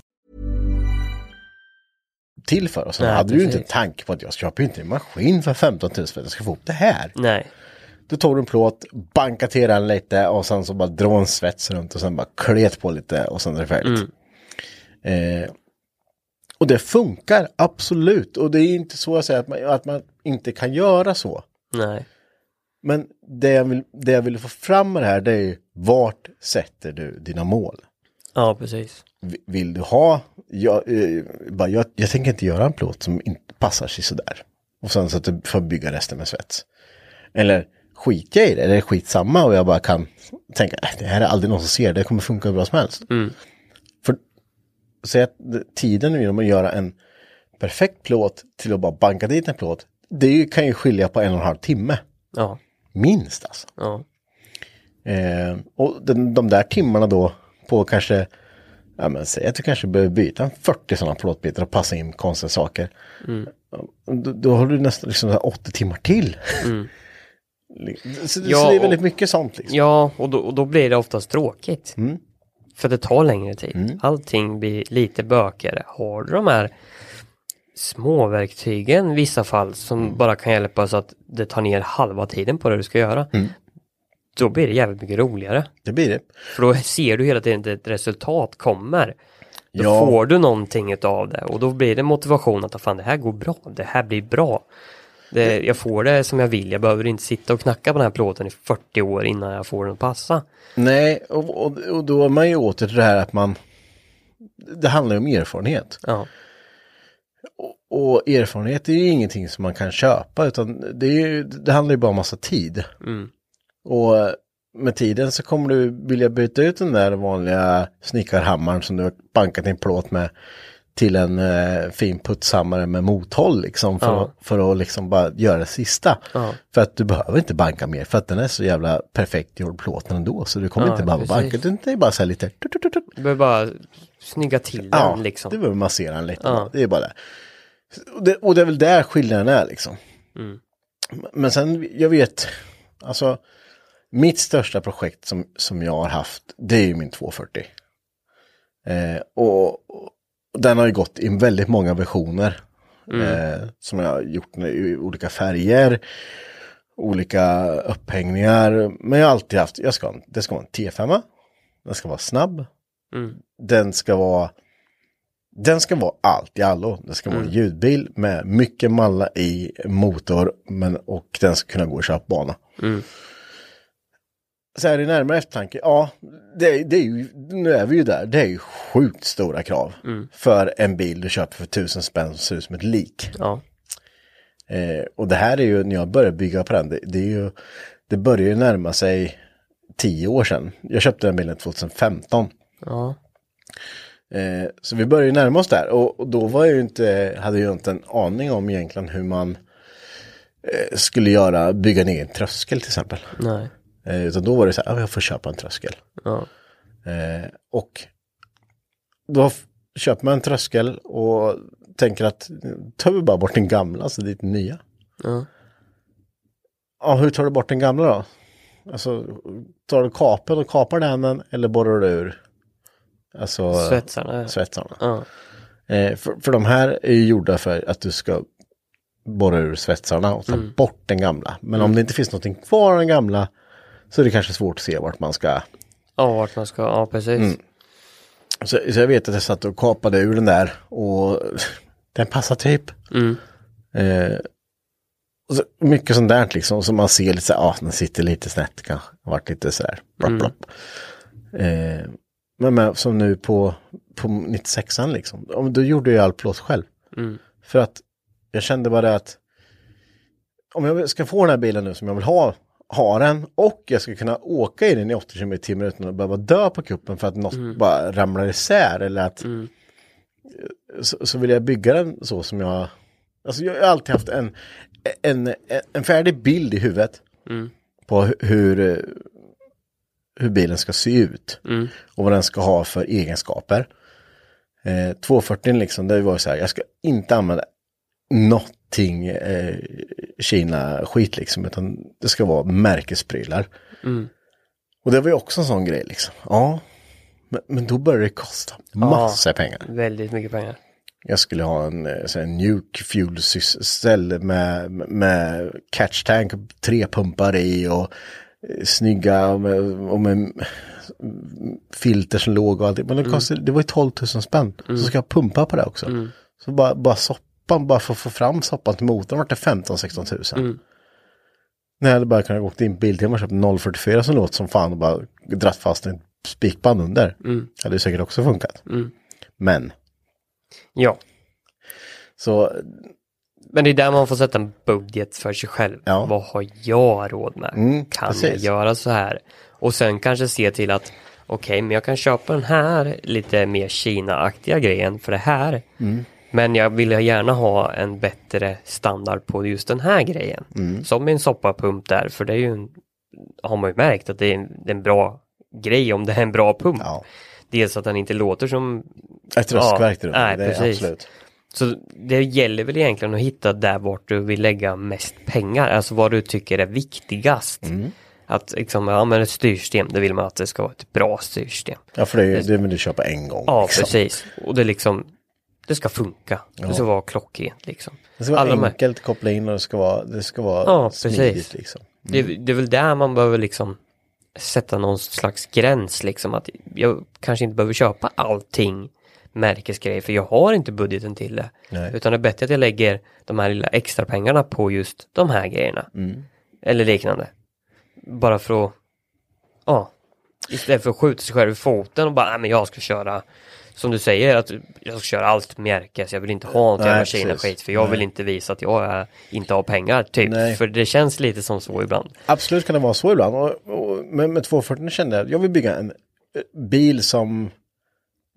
Till för oss. Så hade precis. Du inte en tanke på att jag köper inte en maskin för femton tusen för att jag ska få upp det här. Nej. Du tog en plåt, banka till den lite och sen så bara dra en svets runt och sen bara klet på lite och sen är det färdigt. Mm. Eh, och det funkar absolut. Och det är inte så att säga att man, att man inte kan göra så. Nej. Men det jag, vill, det jag vill få fram med det här, det är ju vart sätter du dina mål? Ja, precis. Vill du ha, jag, bara, jag, jag tänker inte göra en plåt som inte passar sig sådär. Och sen så att du får bygga resten med svets. Eller skit jag i det, eller är skitsamma och jag bara kan tänka, äh, det här är aldrig någon som ser, det kommer funka hur bra som helst. Mm. För säg att tiden nu om att göra en perfekt plåt till att bara banka dit en plåt, det kan ju skilja på en och en halv timme. Ja. Minst alltså. Ja. Eh, och den, de där timmarna då på kanske, ja men säg att du kanske behöver byta fyrtio sådana plåtbitar och passa in konstiga saker. Mm. Då, då har du nästan liksom åttio timmar till. Mm. så, ja, så det är väldigt och, mycket sånt liksom. Ja, och då, och då blir det oftast tråkigt. Mm. För det tar längre tid. Mm. Allting blir lite bökigare. Har du de här småverktygen i vissa fall som mm. bara kan hjälpa så att det tar ner halva tiden på det du ska göra. Mm. Då blir det jävligt mycket roligare. Det blir det. För då ser du hela tiden att ett resultat kommer. Då ja. får du någonting av det. Och då blir det motivation att fan, det här går bra. Det här blir bra. Det, jag får det som jag vill. Jag behöver inte sitta och knacka på den här plåten i fyrtio år innan jag får den att passa. Nej, och, och, och då är man ju åter till det här att man, det handlar ju om erfarenhet. Ja. Och, och erfarenhet är ju ingenting som man kan köpa, utan det, är ju, det handlar ju bara om massa tid. Mm. Och med tiden så kommer du vilja byta ut den där vanliga snickarhammaren som du har bankat in plåt med till en eh, fin puttsammare med mothåll liksom för, Ja. att, för att liksom bara göra det sista. Ja. För att du behöver inte banka mer för att den är så jävla perfekt gjord plåten ändå så du kommer Ja, inte behöva precis. banka. Det är bara så här lite tut, tut, tut, tut. Du behöver bara snygga till Ja, den liksom. du behöver massera den lite. Ja. Det är bara det. Och, det. och det är väl där skillnaden är liksom. Mm. Men sen, jag vet, alltså mitt största projekt som, som jag har haft, det är ju min tvåhundrafyrtio. Eh, och, och den har ju gått i väldigt många versioner. Mm. Eh, som jag har gjort i olika färger, olika upphängningar. Men jag har alltid haft, jag ska, det ska vara en T fem, den ska vara snabb, Mm. den ska vara Den ska vara allt i allo. Det ska vara en ljudbil med mycket malla i motor men, och den ska kunna gå i köpbana. Mm. Så är det närmare eftertanke. Ja, det, det är ju, nu är vi ju där. Det är ju sjukt stora krav Mm. för en bil du köper för tusen spänn som ser ut som ett lik. Ja. Eh, och det här är ju, när jag började bygga på den, det, det är ju, det börjar ju närma sig tio år sedan. Jag köpte den bilen tjugohundrafemton. Ja. Eh, så vi började ju närma oss där och, och då var jag ju inte, hade jag inte en aning om egentligen hur man eh, skulle göra, bygga en egen tröskel till exempel. Nej. Eh, utan då var det så här, ah, jag får köpa en tröskel. Ja. Eh, och då f- köper man en tröskel och tänker att tar vi bara bort den gamla så det är den nya. Ja. Ja, hur tar du bort den gamla då? Alltså, tar du kapen och kapar den eller borrar du ur? Alltså, Svetsarna. svetsarna. Ja. Eh, för, för de här är ju gjorda för att du ska borra ur svetsarna och ta Mm. bort den gamla. Men Mm. om det inte finns någonting kvar av den gamla så är det kanske svårt att se vart man ska. Ja, vart man ska, ja precis. Mm. Så, så jag vet att jag satt och kapade ur den där och den passar typ. Mm. Eh, och så, mycket sånt där liksom, så man ser lite så här, ah, den sitter lite snett kanske. Det har varit lite så här, blopp, Mm. blopp. Eh, men med, som nu på, på nittiosexan liksom, om då gjorde jag all plåt själv. Mm. För att jag kände bara att om jag ska få den här bilen nu som jag vill ha, ha den och jag ska kunna åka i den i åttio kilometer i timmen utan att behöva dö på kuppen för att något Mm. bara ramlar isär eller att Mm. så, så vill jag bygga den så som jag, alltså jag har alltid haft en, en, en färdig bild i huvudet Mm. på hur, hur bilen ska se ut Mm. och vad den ska ha för egenskaper. Eh, tvåhundrafyrtio liksom, det var ju så här, jag ska inte använda någonting eh, Kina-skit liksom, utan det ska vara märkesprylar. Mm. Och det var ju också en sån grej liksom. Ja, men, men då började det kosta massa Ja, pengar. Väldigt mycket pengar. Jag skulle ha en, eh, så här, en mjuk fuel-cell med, med catch tank, tre pumpar i och eh, snygga och med, och med filter som låg och allt. Men det, kostade, det var ju tolv tusen spänn. Mm. Så ska jag pumpa på det också. Mm. Så bara, bara soppan, bara för att få fram soppan till motorn var det femton sexton tusen. Mm. När jag hade bara kunnat gå in på Biltema och köpt noll fyrtiofyra som låter som fan och bara dratt fast en spikband under. Mm. Hade ju säkert också funkat. Mm. Men. Ja. Så. Men det är där man får sätta en budget för sig själv. Ja. Vad har jag råd med? Mm, kan precis. jag göra så här? Och sen kanske se till att okej, okay, men jag kan köpa den här lite mer Kina-aktiga grejen för det här. Mm. Men jag vill gärna ha en bättre standard på just den här grejen. Mm. Som en soppapump där, för det är ju en, har man ju märkt att det är en, det är en bra grej om det är en bra pump. Ja. Dels att den inte låter som ett röstverk. Ja, det, nej, det är precis. absolut. Så det gäller väl egentligen att hitta där vart du vill lägga mest pengar. Alltså vad du tycker är viktigast. Mm. Att liksom, ja men ett styrsystem, det vill man att det ska vara ett bra styrsystem. Ja, för det, är, det vill du köpa en gång. Ja, liksom. precis. Och det liksom, det ska funka. Ja. Det ska vara klockrent liksom. Det ska vara Alla enkelt att koppla in och det ska vara, det ska vara ja, smidigt precis. liksom. Mm. Det, det är väl där man behöver liksom sätta någon slags gräns liksom. Att jag kanske inte behöver köpa allting märkesgrejer för jag har inte budgeten till det. Nej. Utan det är bättre att jag lägger de här lilla extra pengarna på just de här grejerna. Mm. Eller liknande. Bara för att ja, istället för att skjuta sig själv i foten och bara, nej men jag ska köra som du säger, att jag ska köra allt märkes. Jag vill inte ha något jävla Kina-skit för jag Nej. vill inte visa att jag är, inte har pengar typ. Nej. För det känns lite som så ibland. Absolut kan det vara så ibland. Och, och, men med tvåhundrafyrtio kände jag, jag vill bygga en bil som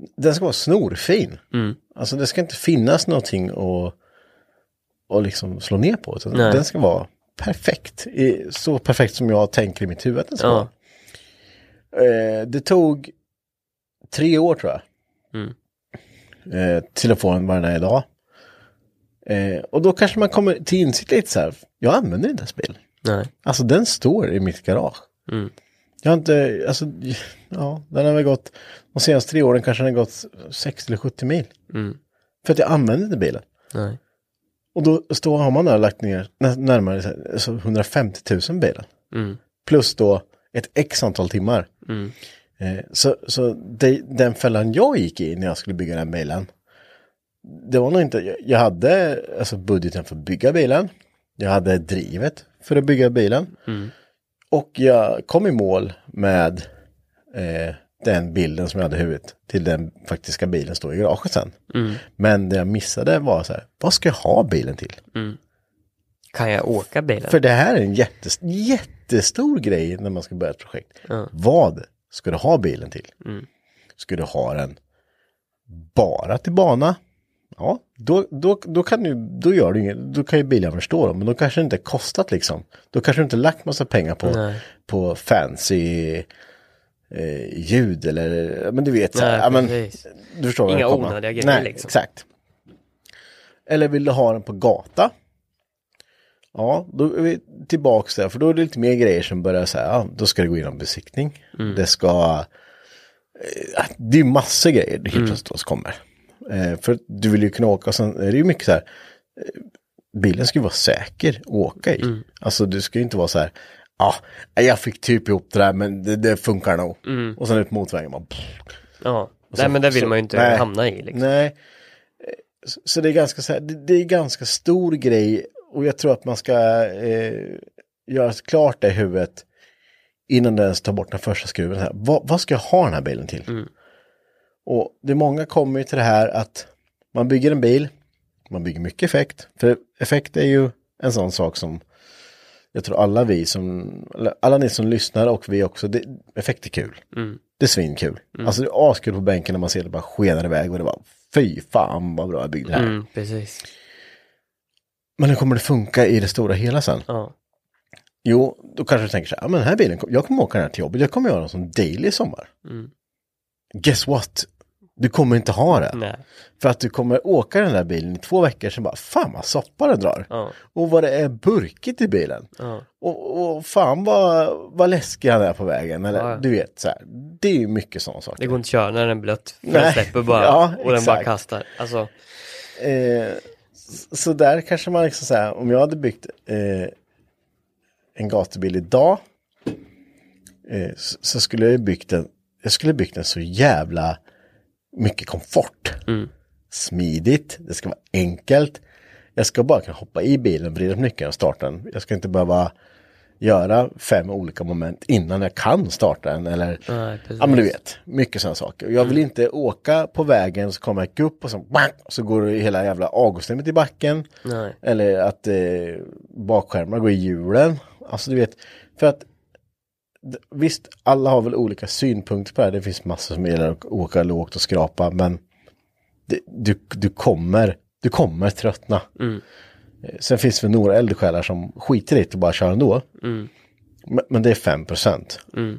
den ska vara snorfin. Mm. Alltså det ska inte finnas någonting att och liksom slå ner på. Utan den ska vara perfekt. I, så perfekt som jag tänker i mitt huvud att den ska ja. vara. Eh, det tog tre år tror jag. Mm. Eh, till att få den vad den är idag. Eh, och då kanske man kommer till insikt lite så här. Jag använder inte spel. Nej. Alltså den står i mitt garage. Mm. Jag har inte, alltså, ja, den har väl gått, de senaste tre åren kanske den har gått sextio eller sjuttio mil. Mm. För att jag använder inte bilen. Nej. Och då står, har man där lagt ner närmare alltså, hundrafemtio tusen bilen. Mm. Plus då ett x antal timmar. Mm. Eh, så så det, den fällan jag gick i när jag skulle bygga den bilen. Det var nog inte, jag, jag hade alltså budgeten för att bygga bilen. Jag hade drivet för att bygga bilen. Mm. Och jag kom i mål med eh, den bilden som jag hade i huvudet till den faktiska bilen står i garaget sen. Mm. Men det jag missade var så här, vad ska jag ha bilen till? Mm. Kan jag åka bilen? För det här är en jättes, jättestor grej när man ska börja ett projekt. Mm. Vad ska du ha bilen till? Mm. Ska du ha den bara till bana? Ja, då, då, då kan du, då gör du inget, då kan ju bilen förstå dem, men då kanske det inte kostat liksom. Då kanske du inte lagt massa pengar på, på fancy eh, ljud eller, men du vet så här, ja, men, du förstår inga vad onödiga grejer. Nej, liksom. exakt. Eller vill du ha den på gata? Ja, då är vi tillbaka där, för då är det lite mer grejer som börjar säga, ja, då ska det gå igenom besiktning. Mm. Det ska, eh, det är massor grejer helt mm. plötsligt som kommer. Eh, för du vill ju kunna åka, och sen är det ju mycket så här, eh, bilen ska ju vara säker att åka i. Mm. Alltså du ska ju inte vara så här, ja, ah, jag fick typ ihop det där, men det, det funkar nog. Mm. Och sen ut mot vägen, man, ja, så, nej men det vill så, man ju inte nej, hamna i liksom. Nej, så, så det är ganska så här, det, det är ganska stor grej, och jag tror att man ska eh, göra klart det i huvudet innan den tar bort den första skruven. Här. Vad, vad ska jag ha den här bilen till? Mm. Och det många kommer ju till det här att man bygger en bil, man bygger mycket effekt. För effekt är ju en sån sak som jag tror alla vi som, alla ni som lyssnar och vi också, det, effekt är kul. Mm. Det är svinkul. Mm. Alltså det är askul på bänken när man ser det bara skenar iväg och det var fy fan vad bra jag byggde det här. Mm, precis. Men hur kommer det funka i det stora hela sen? Ja. Jo, då kanske du tänker så här, ja men den här bilen, jag kommer åka den här till jobbet, jag kommer göra den som daily i sommar. Mm. Guess what? Du kommer inte ha det. Nej. För att du kommer åka den där bilen i två veckor så bara, fan vad soppa den drar. Ja. Och vad det är burkigt i bilen. Ja. Och, och fan vad, vad läskig han är på vägen. Eller, ja. Du vet, så här, det är ju mycket sådana saker. Det går inte att köra när den är blött. För den släpper bara ja, och den bara kastar. Alltså. Eh, så, så där kanske man liksom säger, om jag hade byggt eh, en gatubil idag eh, så, så skulle jag byggt en, jag skulle byggt en så jävla mycket komfort. Mm. Smidigt. Det ska vara enkelt. Jag ska bara kunna hoppa i bilen, vrida på nyckeln och starta den. Jag ska inte behöva göra fem olika moment innan jag kan starta den. Eller, Nej, ja men du vet, mycket sådana saker. Jag vill mm. inte åka på vägen så kommer jag upp och så, så går hela jävla avgassystemet i backen. Nej. Eller att eh, bakskärmar går i hjulen. Alltså du vet, för att visst, alla har väl olika synpunkter på det här. Det finns massor som gillar att åka lågt och skrapa, men det, du, du kommer du kommer tröttna. Mm. Sen finns det några eldsjälar som skiter i det och bara kör ändå. Mm. Men, men det är fem procent. Mm.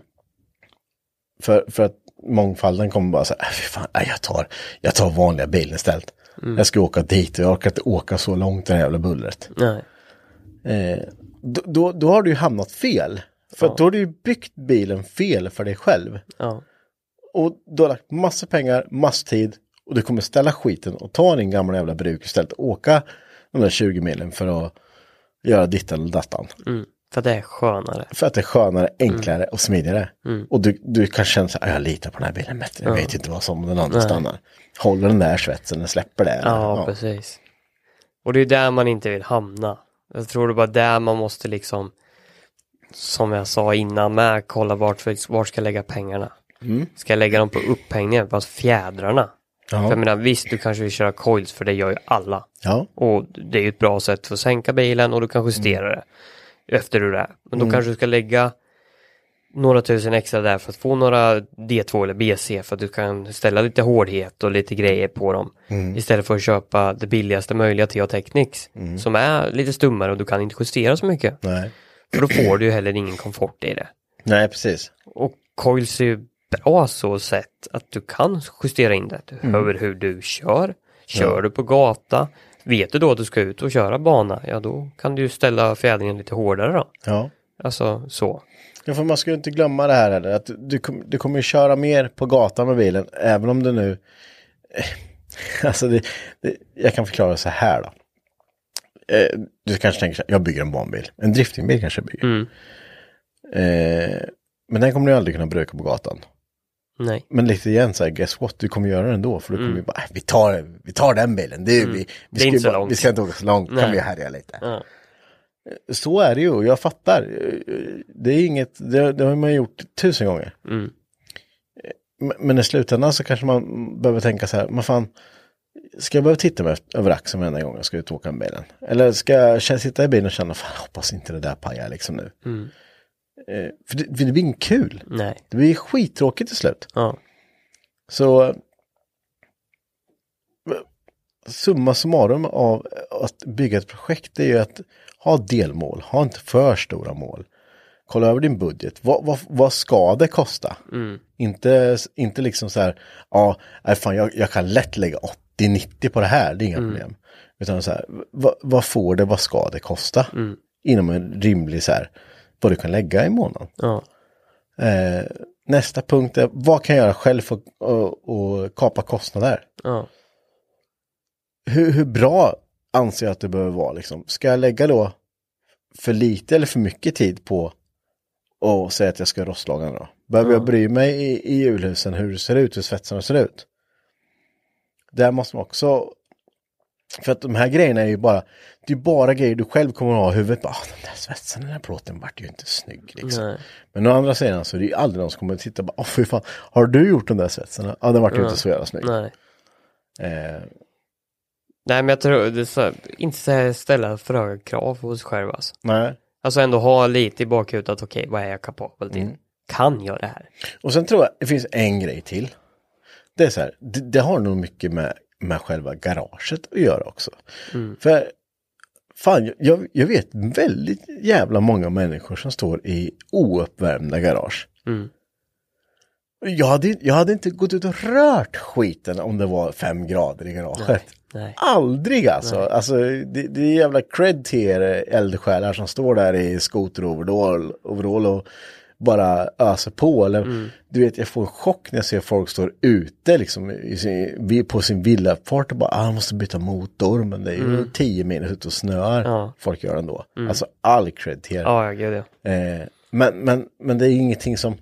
För, för att mångfalden kommer bara säga, äh, fan, nej, jag, tar, jag tar vanliga bilen istället. Mm. Jag ska åka dit och jag orkar inte åka så långt det här jävla bullret. Nej. Eh, då, då, då har du ju hamnat fel. För ja. Då har du ju byggt bilen fel för dig själv. Ja. Och du har lagt massa pengar, massa tid. Och du kommer ställa skiten och ta din gamla jävla bruk istället. Och åka de där tjugo milen för att göra dittan eller dattan. Mm. För att det är skönare. För att det är skönare, enklare mm. och smidigare. Mm. Och du, du kan känna så här, jag litar på den här bilen bättre. Jag ja. vet inte vad som den andra Nej. stannar. Håller den där svetsen, den släpper det. Ja, ja, precis. Och det är där man inte vill hamna. Jag tror det är bara där man måste liksom, som jag sa innan med, kolla vart, vart ska jag lägga pengarna. Mm. Ska jag lägga dem på upphängningen, på fjädrarna? Ja. För jag menar, visst, du kanske vill köra coils, för det gör ju alla. Ja. Och det är ju ett bra sätt för att sänka bilen och du kan justera mm. det efter hur det är. Men då mm. kanske du ska lägga några tusen extra där för att få några D två eller B C för att du kan ställa lite hårdhet och lite grejer på dem. Mm. Istället för att köpa det billigaste möjliga T A Technics mm. som är lite stummare och du kan inte justera så mycket. Nej. För då får du ju heller ingen komfort i det. Nej, precis. Och coils är ju bra så sätt att du kan justera in det mm. över hur du kör. Kör ja. du på gata, vet du då att du ska ut och köra bana, ja då kan du ju ställa fjädringen lite hårdare då. Ja. Alltså så. Ja, för man ska ju inte glömma det här heller, att du, du kommer ju köra mer på gatan med bilen, även om du nu... Alltså, det, det, jag kan förklara så här då. Eh, du kanske tänker så här, jag bygger en banbil. En driftingbil kanske jag bygger. Mm. Eh, men den kommer du aldrig kunna bruka på gatan. Nej. Men lite igen så här, guess what, du kommer göra det ändå. För du kommer mm. ju bara, vi tar, vi tar den bilen. Det är, mm. vi, vi, ska inte bara, vi ska inte åka så långt, Nej. kan vi härja lite. Ja. Så är det ju, jag fattar. Det är inget, det, det har man gjort tusen gånger. Mm. Men i slutändan så kanske man behöver tänka så här, men fan, ska jag behöva titta mig över axeln varenda gång jag ska ut och åka med bilen? Eller ska jag sitta i bilen och känna, fan, hoppas inte det där pajar liksom nu. Mm. Eh, för, det, för det blir inte kul. Nej. Det blir skittråkigt till slut. Ja. Så summa summarum av att bygga ett projekt är ju att ha delmål. Ha inte för stora mål. Kolla över din budget. Vad, vad, vad ska det kosta? Mm. Inte, inte liksom så här, ja, nej fan, jag, jag kan lätt lägga åttio nittio på det här. Det är inga mm. problem. Utan så här, vad, vad får det, vad ska det kosta? Mm. Inom en rimlig så här, vad du kan lägga i månaden. Ja. Eh, nästa punkt är, vad kan jag göra själv för att och, och kapa kostnader? Ja. Hur, hur bra anser jag att det behöver vara? Liksom? Ska jag lägga då för lite eller för mycket tid på att säga att jag ska rostlaga då? Behöver ja. jag bry mig i, i julhusen hur det ser ut, hur svetsarna ser ut? Där måste man också, för att de här grejerna är ju bara, det är bara grejer du själv kommer att ha i huvudet. Bara, ah, den där svetsen, den där plåten vart ju inte snygg liksom. Nej. Men å andra sidan så är det ju aldrig någon som kommer att titta och bara, åh fy fan, har du gjort de där svetsarna? Ja, ah, den vart ju ja. inte så jävla snygg. Nej. Eh, Nej, men jag tror det är så, inte så ställa för höga krav på oss själva. Alltså. Nej. Alltså ändå ha lite i bakhuvudet att okej, okay, vad är jag kapabel till? Mm. Kan jag det här? Och sen tror jag det finns en grej till. Det är så här, det, det har nog mycket med, med själva garaget att göra också. Mm. För fan, jag, jag vet väldigt jävla många människor som står i ouppvärmda garage. Mm. Jag hade, jag hade inte gått ut och rört skiten om det var fem grader i garaget. Nej, nej. Aldrig alltså. Nej. Alltså det, det är jävla cred till er eldsjälar som står där i skoteroverall overall och bara öser på. Eller, mm. Du vet, jag får en chock när jag ser folk står ute liksom, i sin, på sin villafart och bara, ah, jag måste byta motor. Men det är ju mm. tio minuter ut och snöar. Ja. Folk gör ändå. Mm. Alltså all cred till er. Ja, jag gör det. Eh, men, men, men det är ingenting som...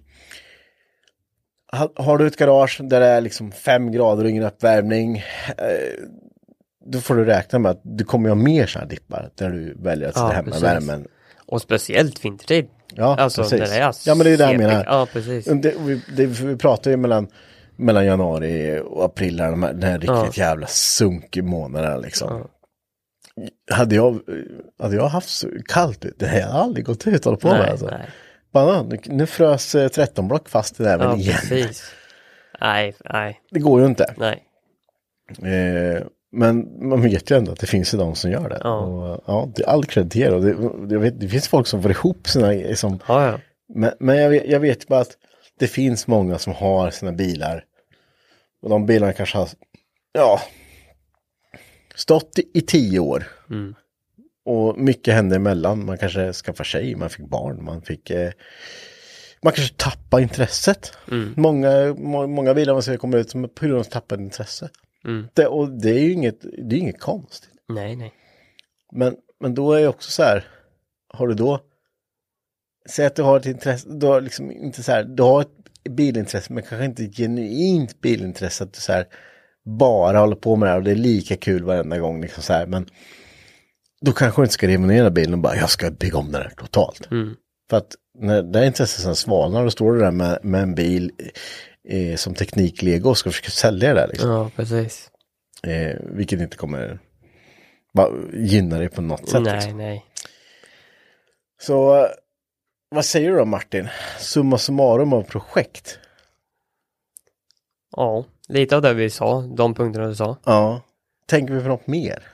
Har du ett garage där det är liksom fem grader och ingen uppvärmning, eh, då får du räkna med att du kommer ha mer sådana dippar där du väljer att sitta ja, hemma precis. värmen. Och speciellt vintertid. Ja, alltså precis. när det är ja, men det är det jag menar. Ja, precis. Det, vi, det, vi pratar ju mellan, mellan januari och april, de här, den här riktigt ja. jävla sunkmånaderna liksom. Ja. Hade, jag, hade jag haft så kallt, det hade jag aldrig gått ut och på nej, med. Alltså. Nej. Bara, nu, nu frös tretton block fast i det där ja, igen. Precis. Nej, nej. Det går ju inte. Nej. Eh, men man vet ju ändå att det finns ju de som gör det. Ja. Och, ja, det är all krediter. Och det, det, vet, det finns folk som får ihop sina... Liksom, ja, ja. Men, men jag, vet, jag vet bara att det finns många som har sina bilar. Och de bilarna kanske har... Ja... Stått i, i tio år. Mm. Och mycket hände emellan. Man kanske skaffade sig, man fick barn, man fick... Eh, man kanske tappar intresset. Mm. Många, må, många bilar man ser komma ut som på grund av att tappa intresse. Mm. Det, och det är ju inget, det är inget konstigt. Nej, nej. Men, men då är det också så här, har du då, säg att du har ett intresse, du har liksom inte så här, du har ett bilintresse men kanske inte ett genuint bilintresse att du så här bara håller på med det här och det är lika kul varenda gång liksom så här, men då kanske du inte ska remunera bilen och bara, jag ska bygga om den här totalt. Mm. För att när det intresset sen svalnar, då står du där med, med en bil eh, som tekniklego och ska försöka sälja det där liksom. Ja, precis. Eh, vilket inte kommer bara gynna dig på något sätt. Nej, liksom. nej. Så vad säger du då, Martin? Summa summarum av projekt. Ja, lite av det vi sa, de punkterna du sa. Ja. Tänker vi på något mer?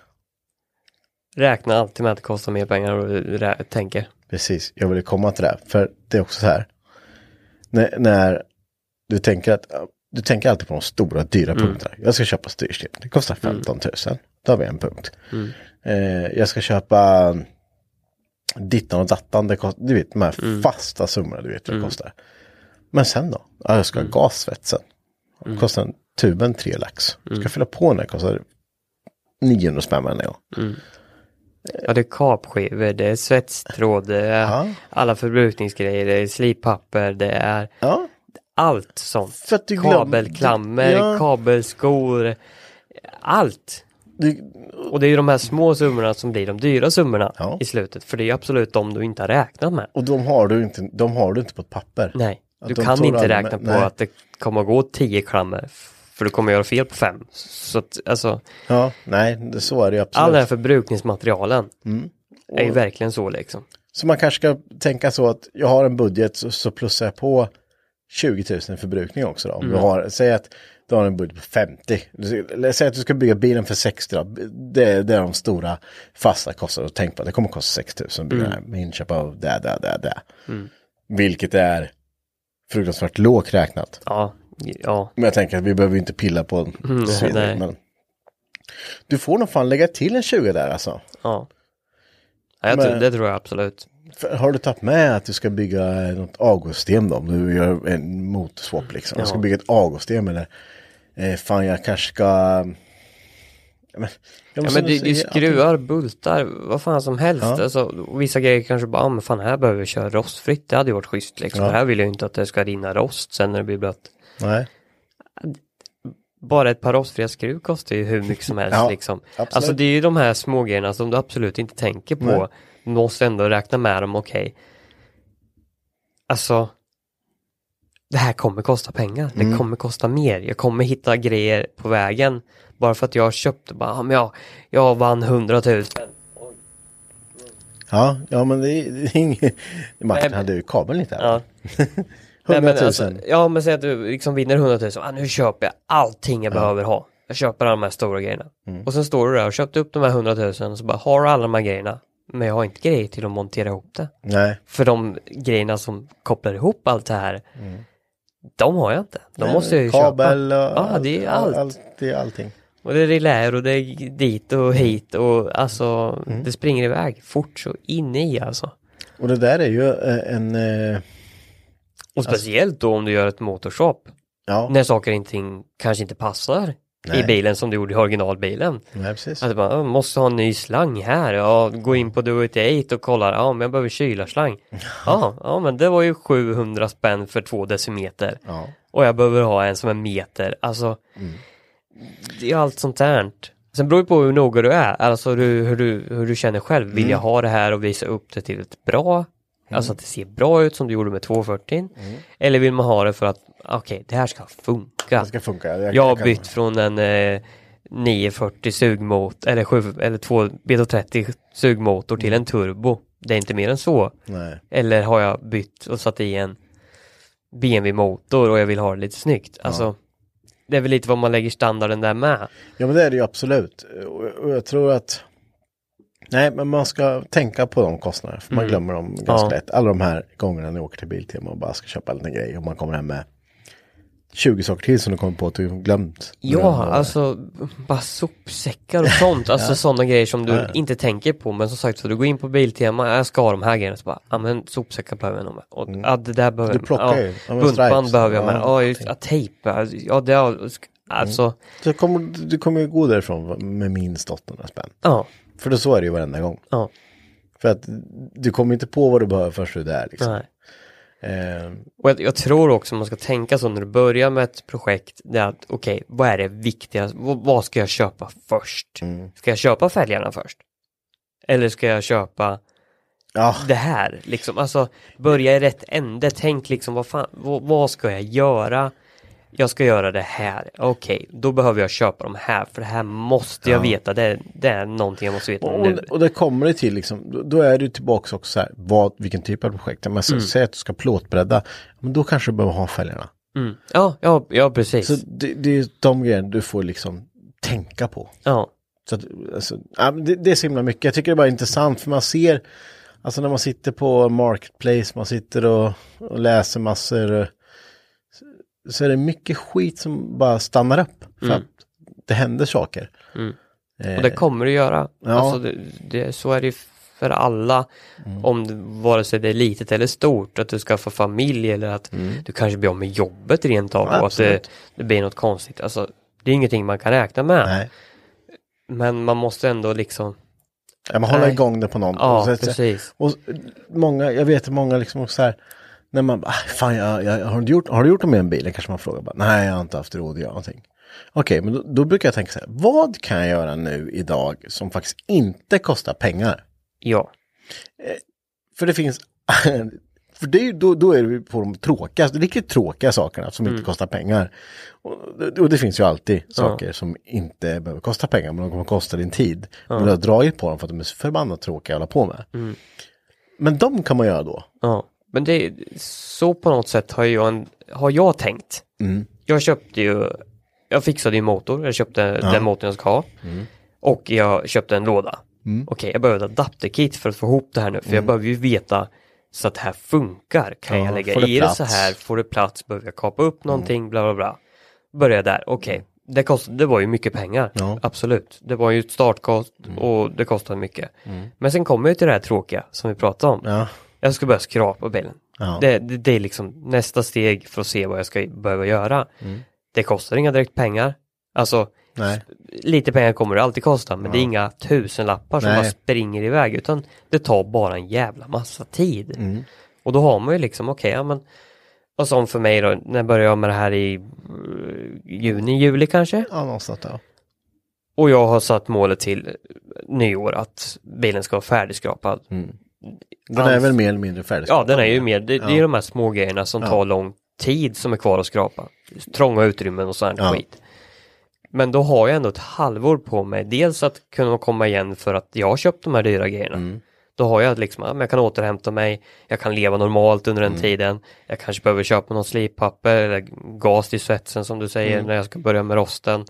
Räkna alltid med att det kostar mer pengar och rä- tänker. Precis, jag vill komma till det. För det är också så här. När, när du tänker att du tänker alltid på de stora, dyra mm. punkterna. Jag ska köpa styrstim. Det kostar femton tusen. Mm. Då har vi en punkt. Mm. Eh, jag ska köpa dittan och dattan. Det kostar, du vet, de här mm. fasta summorna, du vet vad det mm. kostar. Men sen då? Ja, jag ska ha mm. gasvetsen. Det kostar en tuben tre lax. Jag ska mm. fylla på när det kostar niohundra spänn med den. Mm. Ja, det är kapskivor, det är svetstråd, det är ja. alla förbrukningsgrejer, det är slippapper, det är ja. allt sånt. Glöm... Kabelklammer, ja. kabelskor, allt. Du... Och det är ju de här små summorna som blir de dyra summorna ja. i slutet. För det är ju absolut de du inte har räknat med. Och de har du inte, de har du inte på ett papper. Nej, du kan inte räkna med... på Nej. att det kommer att gå tio klammer. För du kommer göra fel på fem. Så att, alltså... Ja, nej, det, så är det absolut. Alla den här förbrukningsmaterialen mm. är ju verkligen så liksom. Så man kanske ska tänka så att jag har en budget så, så plussar jag på tjugo tusen förbrukning också då. Om mm. du har, säg att du har en budget på femtio. Säg att du ska bygga bilen för sextio då. Det, det är de stora fasta kostnaderna. Tänk på att det kommer att kosta sex tusen. Bygga mm. med inköp av det, det, det, det. Mm. Vilket är fruktansvärt lågt räknat. Ja. Ja. Men jag tänker att vi behöver inte pilla på mm, svidare, men du får nog fan lägga till en tjugo där alltså. Ja, ja jag men, tror, det tror jag absolut. Har du tagit med att du ska bygga något avgassystem då? Om du gör en motorswap liksom. Ja. Jag ska bygga ett avgassystem eller eh, fan jag kanske ska men, ja, men det, det skruvar, bultar, vad fan som helst. Ja. Alltså, vissa grejer kanske bara, ah, men fan här behöver vi köra rostfritt. Det hade ju varit schysst liksom. Ja. Här vill jag inte att det ska rinna rost sen när det blir blött. Nej. Bara ett par rostfria skruv kostar ju hur mycket som helst ja, liksom. Alltså det är ju de här små grejerna som du absolut inte tänker på. Nej. Du måste ändå räkna med dem, okej. Okay. Alltså det här kommer kosta pengar. Mm. Det kommer kosta mer. Jag kommer hitta grejer på vägen. Bara för att jag har köpt bara, men jag, jag vann hundratusen. Ja, ja men det är, det är inget... Martin hade ju kabeln lite här. Ja. hundratusen. Alltså, ja, men säg att du liksom vinner hundratusen. Ah, nu köper jag allting jag ja. behöver ha. Jag köper alla de här stora grejerna. Mm. Och sen står du där och köpt upp de här hundratusen och så bara har du alla de här grejerna. Men jag har inte grejer till att montera ihop det. Nej. För de grejerna som kopplar ihop allt det här, mm. de har jag inte. De Nej, måste jag ju kabel köpa. Och ja, allt, det är allt. allt. Det är allting. Och det är reläer och det är dit och hit och alltså mm. det springer iväg fort så inne i alltså. Och det där är ju en... Eh, och speciellt alltså, då om du gör ett motorshop. Ja. När saker inte, kanske inte passar Nej. i bilen som du gjorde i originalbilen. Nej, precis. Att man måste ha en ny slang här. Ja, gå in på Do It åtta och kolla. Ja, men jag behöver kylarslang. ja, ja, men det var ju sjuhundra spänn för två decimeter. Ja. Och jag behöver ha en som är meter. Alltså... Mm. Det är allt sånt här. Sen beror det på hur noga du är. Alltså hur, hur, du, hur du känner själv. Vill mm. jag ha det här och visa upp det till ett bra. Mm. Alltså att det ser bra ut som du gjorde med tvåhundrafyrtio. Mm. Eller vill man ha det för att okej, okay, det här ska funka. Det ska funka. Jag, jag har jag bytt kan... från en eh, niohundrafyrtio sugmotor eller, sju, eller två B två trettio sugmotor mm. till en turbo. Det är inte mer än så. Nej. Eller har jag bytt och satt i en B M W-motor och jag vill ha det lite snyggt. Alltså ja. Det är väl lite vad man lägger standarden där med. Ja, men det är det ju absolut. Och jag tror att nej, men man ska tänka på de kostnaderna. För mm. man glömmer dem ganska ja. lätt. Alla de här gångerna ni åker till Biltema och bara ska köpa en liten grej. Och man kommer hem med tjugo saker till som du kommer på att du glömt. Ja, alltså bara sopsäckar och sånt. Alltså ja. sådana grejer som du ja. inte tänker på. Men som sagt, så du går in på Biltema, jag ska ha de här grejerna. Så bara, ja men sopsäckar behöver jag nog med. Och mm. ja, det där behöver jag. Du plockar ju. Ja, buntband behöver jag med. Ja, just, ja tejp. Ja, det är alltså. Mm. Så kommer, du kommer ju gå därifrån med minst åttahundra spänn. Ja. För då så är det ju varenda gång. Ja. För att du kommer inte på vad du behöver först du är där liksom. Nej. Eh. Och jag, jag tror också man ska tänka så när du börjar med ett projekt. Det är att okej, okay, vad är det viktigaste? Vad, vad ska jag köpa först? Mm. Ska jag köpa fälgarna först? Eller ska jag köpa ja. det här? Liksom, alltså börja i rätt ände. Tänk liksom vad, fan, vad, vad ska jag göra? jag ska göra det här. Okej, okay, då behöver jag köpa de här. För det här måste jag ja. veta. Det är, det är någonting jag måste veta och, nu. Och det kommer det till liksom, då, då är du tillbaka också så här, vad, vilken typ av projekt. Men så, mm. säg att du ska plåtbredda, men då kanske du behöver ha fälgarna. Mm. Ja, ja, ja, precis. Så det, det är de grejerna du får liksom tänka på. Ja. Så att, alltså, ja, det, det är så himla mycket. Jag tycker det är bara intressant för man ser, alltså när man sitter på Marketplace, man sitter och, och läser massor, så är det mycket skit som bara stannar upp för mm. att det händer saker. Mm. Eh, och det kommer det göra. Ja. Alltså det, det, så är det för alla, mm. om det, vare sig det är litet eller stort, att du ska få familj eller att mm. du kanske blir av med jobbet rent av ja, och att det, det blir något konstigt. Alltså, det är ingenting man kan räkna med. Nej. Men man måste ändå liksom... Ja, man håller igång det på någon. Ja, och så, precis. Och många, jag vet många liksom också så här, när man, ah, fan, jag, jag, har, du gjort, har du gjort det med en bil? Kanske man frågar bara, nej jag har inte haft råd att göra någonting. Okej, okay, men då, då brukar jag tänka så här, vad kan jag göra nu idag som faktiskt inte kostar pengar? Ja. Eh, för det finns, för det är, då, då är det på de tråkiga, riktigt tråkiga sakerna som mm. inte kostar pengar. Och, och det finns ju alltid ja. saker som inte behöver kosta pengar, men de kommer kosta din tid. Ja. Men du har dragit på dem för att de är så förbannat tråkiga att hålla på med. Mm. Men de kan man göra då. Ja, men det är så på något sätt har jag, en, har jag tänkt. Mm. Jag köpte ju, jag fixade ju motor, jag köpte ja. den motorn jag ska ha. Mm. Och jag köpte en låda. Mm. Okej, okay, jag behövde adapterkit för att få ihop det här nu. För mm. jag behöver ju veta så att det här funkar. Kan ja, jag lägga i det så här? Får det plats? Behöver jag kapa upp någonting? Mm. Bla bla bla. Börja där. Okej, okay. det, kost, det var ju mycket pengar. Ja. Absolut. Det var ju ett startkost mm. och det kostade mycket. Mm. Men sen kommer jag till det här tråkiga som vi pratade om. Ja. Jag ska börja skrapa bilen. Ja. Det, det, det är liksom nästa steg för att se vad jag ska behöva göra. Mm. Det kostar inga direkt pengar. Alltså, nej. Lite pengar kommer det alltid kosta, men ja. det är inga tusenlappar som nej. bara springer iväg, utan det tar bara en jävla massa tid. Mm. Och då har man ju liksom, okej, okay, ja men, och som för mig då, när börjar jag med det här i uh, juni, juli kanske? Ja, någonstans ja. Och jag har satt målet till nyår att bilen ska vara färdigskrapad. Mm. Den är väl mer eller mindre färdigskrapad? Ja, den är ju mer, det, ja. det är de här små grejerna som ja. tar lång tid som är kvar att skrapa. Trånga utrymmen och sånt ja. skit. Men då har jag ändå ett halvår på mig. Dels att kunna komma igen för att jag har köpt de här dyra grejerna. Mm. Då har jag liksom, jag kan återhämta mig. Jag kan leva normalt under den mm. tiden. Jag kanske behöver köpa något slippapper eller gas till svetsen som du säger mm. när jag ska börja med rosten.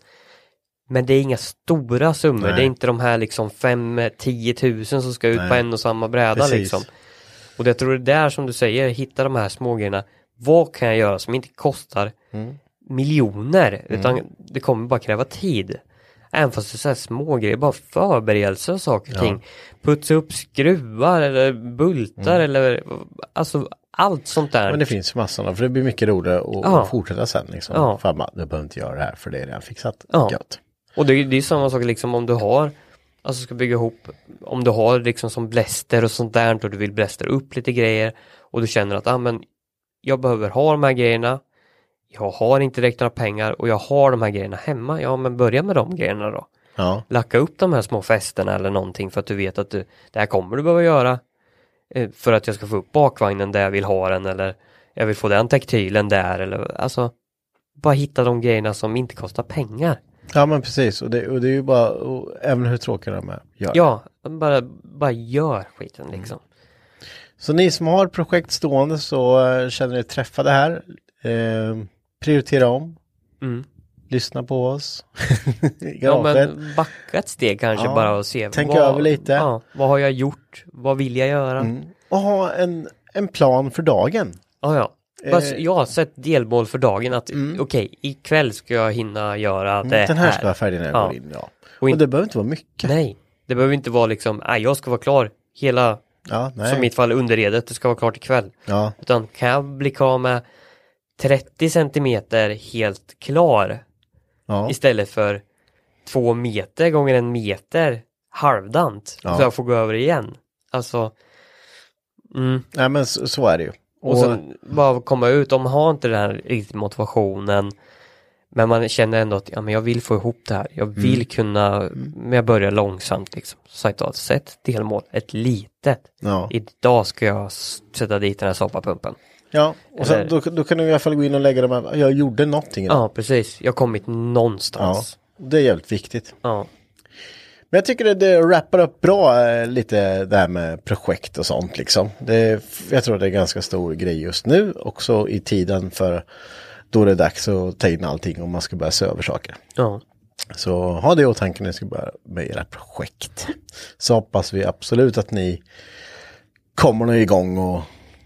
Men det är inga stora summor. Nej. Det är inte de här liksom fem till tio tusen som ska ut Nej. på en och samma bräda. Precis. Liksom. Och det tror jag det är där som du säger, hitta de här små grejerna. Vad kan jag göra som inte kostar mm. miljoner, mm. utan det kommer bara kräva tid. Även fast det är så här små grejer, bara förberedelser och saker och ja. ting. Putsa upp skruvar eller bultar mm. eller alltså allt sånt där. Men det finns massor, för det blir mycket roligare att ja. fortsätta sen liksom. Ja. För man, du behöver inte göra det här för det är redan fixat. Ja. Gött. Och det, det är samma sak liksom om du har, alltså ska bygga ihop, om du har liksom som bläster och sånt där och du vill blästra upp lite grejer och du känner att ah, men jag behöver ha de här grejerna. Jag har inte direkt några pengar och jag har de här grejerna hemma. Ja, men börja med de grejerna då. Ja. Lacka upp de här små fästena eller någonting för att du vet att du, det här kommer du behöva göra eh, för att jag ska få upp bakvagnen där jag vill ha den eller jag vill få den taktilen där eller alltså bara hitta de grejerna som inte kostar pengar. Ja, men precis. Och det, och det är ju bara, och även hur tråkiga de är. Gör. Ja, bara, bara gör skiten liksom. Mm. Så ni som har projekt stående så uh, känner ni träffade här. Uh, prioritera om. Mm. Lyssna på oss. Ja, men backa ett steg kanske ja, bara och se. Tänk vad, över lite. Ja, vad har jag gjort? Vad vill jag göra? Mm. Och ha en, en plan för dagen. Ja, ja. Uh, jag har sett delmål för dagen att mm. okej, okay, ikväll ska jag hinna göra det här. Den här ska vara färdig när jag ja. går in, ja. Och, in, och det behöver inte vara mycket. Nej, det behöver inte vara liksom, nej, jag ska vara klar hela, ja, som i mitt fall underredet, det ska vara klart ikväll. Ja. Utan kan jag bli klar med trettio centimeter helt klar ja. istället för två meter gånger en meter halvdant. Ja. Så jag får gå över igen. Alltså, mm. nej men så, så är det ju. Och, och sen bara komma ut, om man har inte den här riktigt motivationen men man känner ändå att ja, men jag vill få ihop det här. Jag vill mm. kunna, mm. men jag börjar långsamt liksom. Sagt att sätt delmål, ett litet. Ja. Idag ska jag sätta dit den här soppapumpen. Ja, och sen, då, då kan du i alla fall gå in och lägga dem här. Jag gjorde någonting idag. Ja, precis. Jag har kommit någonstans. Ja, det är jävligt viktigt. Ja. Men jag tycker det, det rappar upp bra eh, lite det här med projekt och sånt liksom. Det, jag tror det är en ganska stor grej just nu. Också i tiden för då det är dags att ta in allting om man ska börja se över saker. Ja. Så ha det i åtanke när ni ska börja med era projekt. Så hoppas vi absolut att ni kommer nu igång och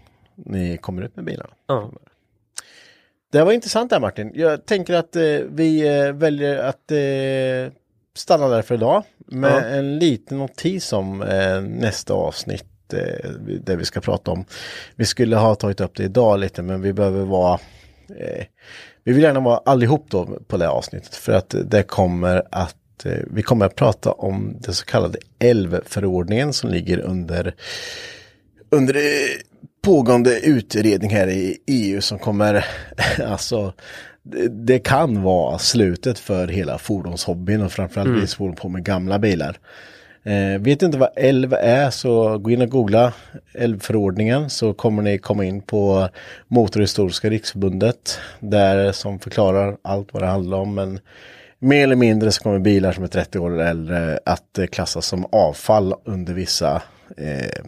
ni kommer ut med bilarna. Ja. Det var intressant där, Martin. Jag tänker att eh, vi eh, väljer att eh, stanna där för idag. Med ja. en liten notis om eh, nästa avsnitt eh, där vi ska prata om. Vi skulle ha tagit upp det idag lite, men vi behöver vara... Eh, vi vill gärna vara allihop då på det avsnittet. För att det kommer att... Eh, vi kommer att prata om det så kallade älvförordningen som ligger under... Under... Eh, pågående utredning här i E U som kommer, alltså det, det kan vara slutet för hela fordonshobbyn och framförallt mm. vi som håller på med gamla bilar. Eh, vet inte vad älv är, så gå in och googla älvförordningen så kommer ni komma in på Motorhistoriska riksförbundet där som förklarar allt vad det handlar om, men mer eller mindre så kommer bilar som är trettio år eller äldre att klassas som avfall under vissa eh,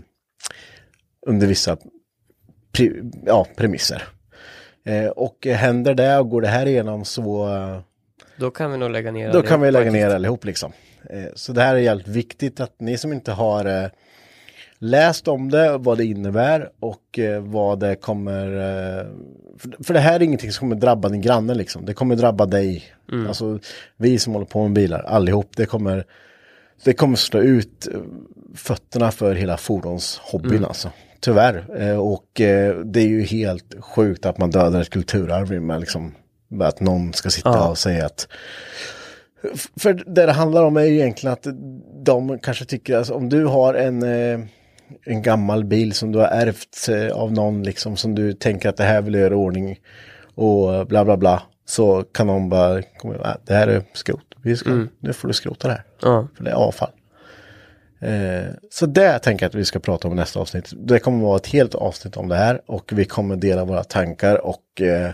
under vissa pre, ja, premisser. Eh, och händer det och går det här igenom så... Då kan vi nog lägga ner Då kan vi lägga ner allihop liksom. Eh, så det här är jävligt viktigt att ni som inte har eh, läst om det, vad det innebär och eh, vad det kommer... Eh, för, för det här är ingenting som kommer drabba din granne liksom. Det kommer drabba dig. Mm. Alltså vi som håller på med bilar, allihop. Det kommer... Det kommer slå ut fötterna för hela fordonshobbyn mm. alltså. Tyvärr. Och det är ju helt sjukt att man dödar ett kulturarv med liksom att någon ska sitta ja. och säga att... För det det handlar om är ju egentligen att de kanske tycker, alltså, om du har en, en gammal bil som du har ärvt av någon liksom, som du tänker att det här vill göra i ordning och bla bla bla, så kan de bara komma, det här är skrot. Vi ska, mm. Nu får du skrota det här. Ja. För det är avfall. Eh, så det tänker jag att vi ska prata om i nästa avsnitt. Det kommer vara ett helt avsnitt om det här. Och vi kommer dela våra tankar och, eh,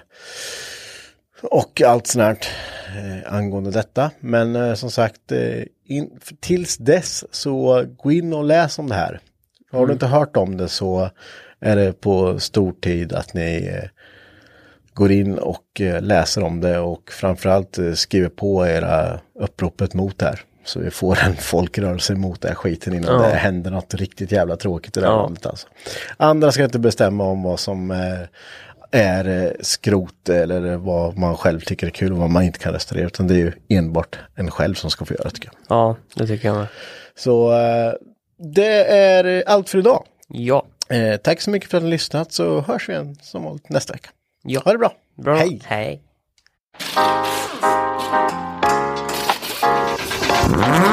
och allt sånt eh, angående detta. Men eh, som sagt, eh, in, tills dess så gå in och läs om det här. Har mm. du inte hört om det så är det på stor tid att ni... Eh, går in och eh, läser om det och framförallt eh, skriver på era uppropet mot det här. Så vi får en folkrörelse mot det här skiten innan ja. det händer något riktigt jävla tråkigt i det här ja. landet alltså. Andra ska inte bestämma om vad som eh, är eh, skrot eller vad man själv tycker är kul och vad man inte kan restaurera, utan det är ju enbart en själv som ska få göra det, tycker jag. Ja, det tycker jag med. Så eh, det är allt för idag. Ja. Eh, tack så mycket för att ni har lyssnat, så hörs vi igen som vanligt nästa vecka. Ja. Ha det bra. bra. Hej. Hej.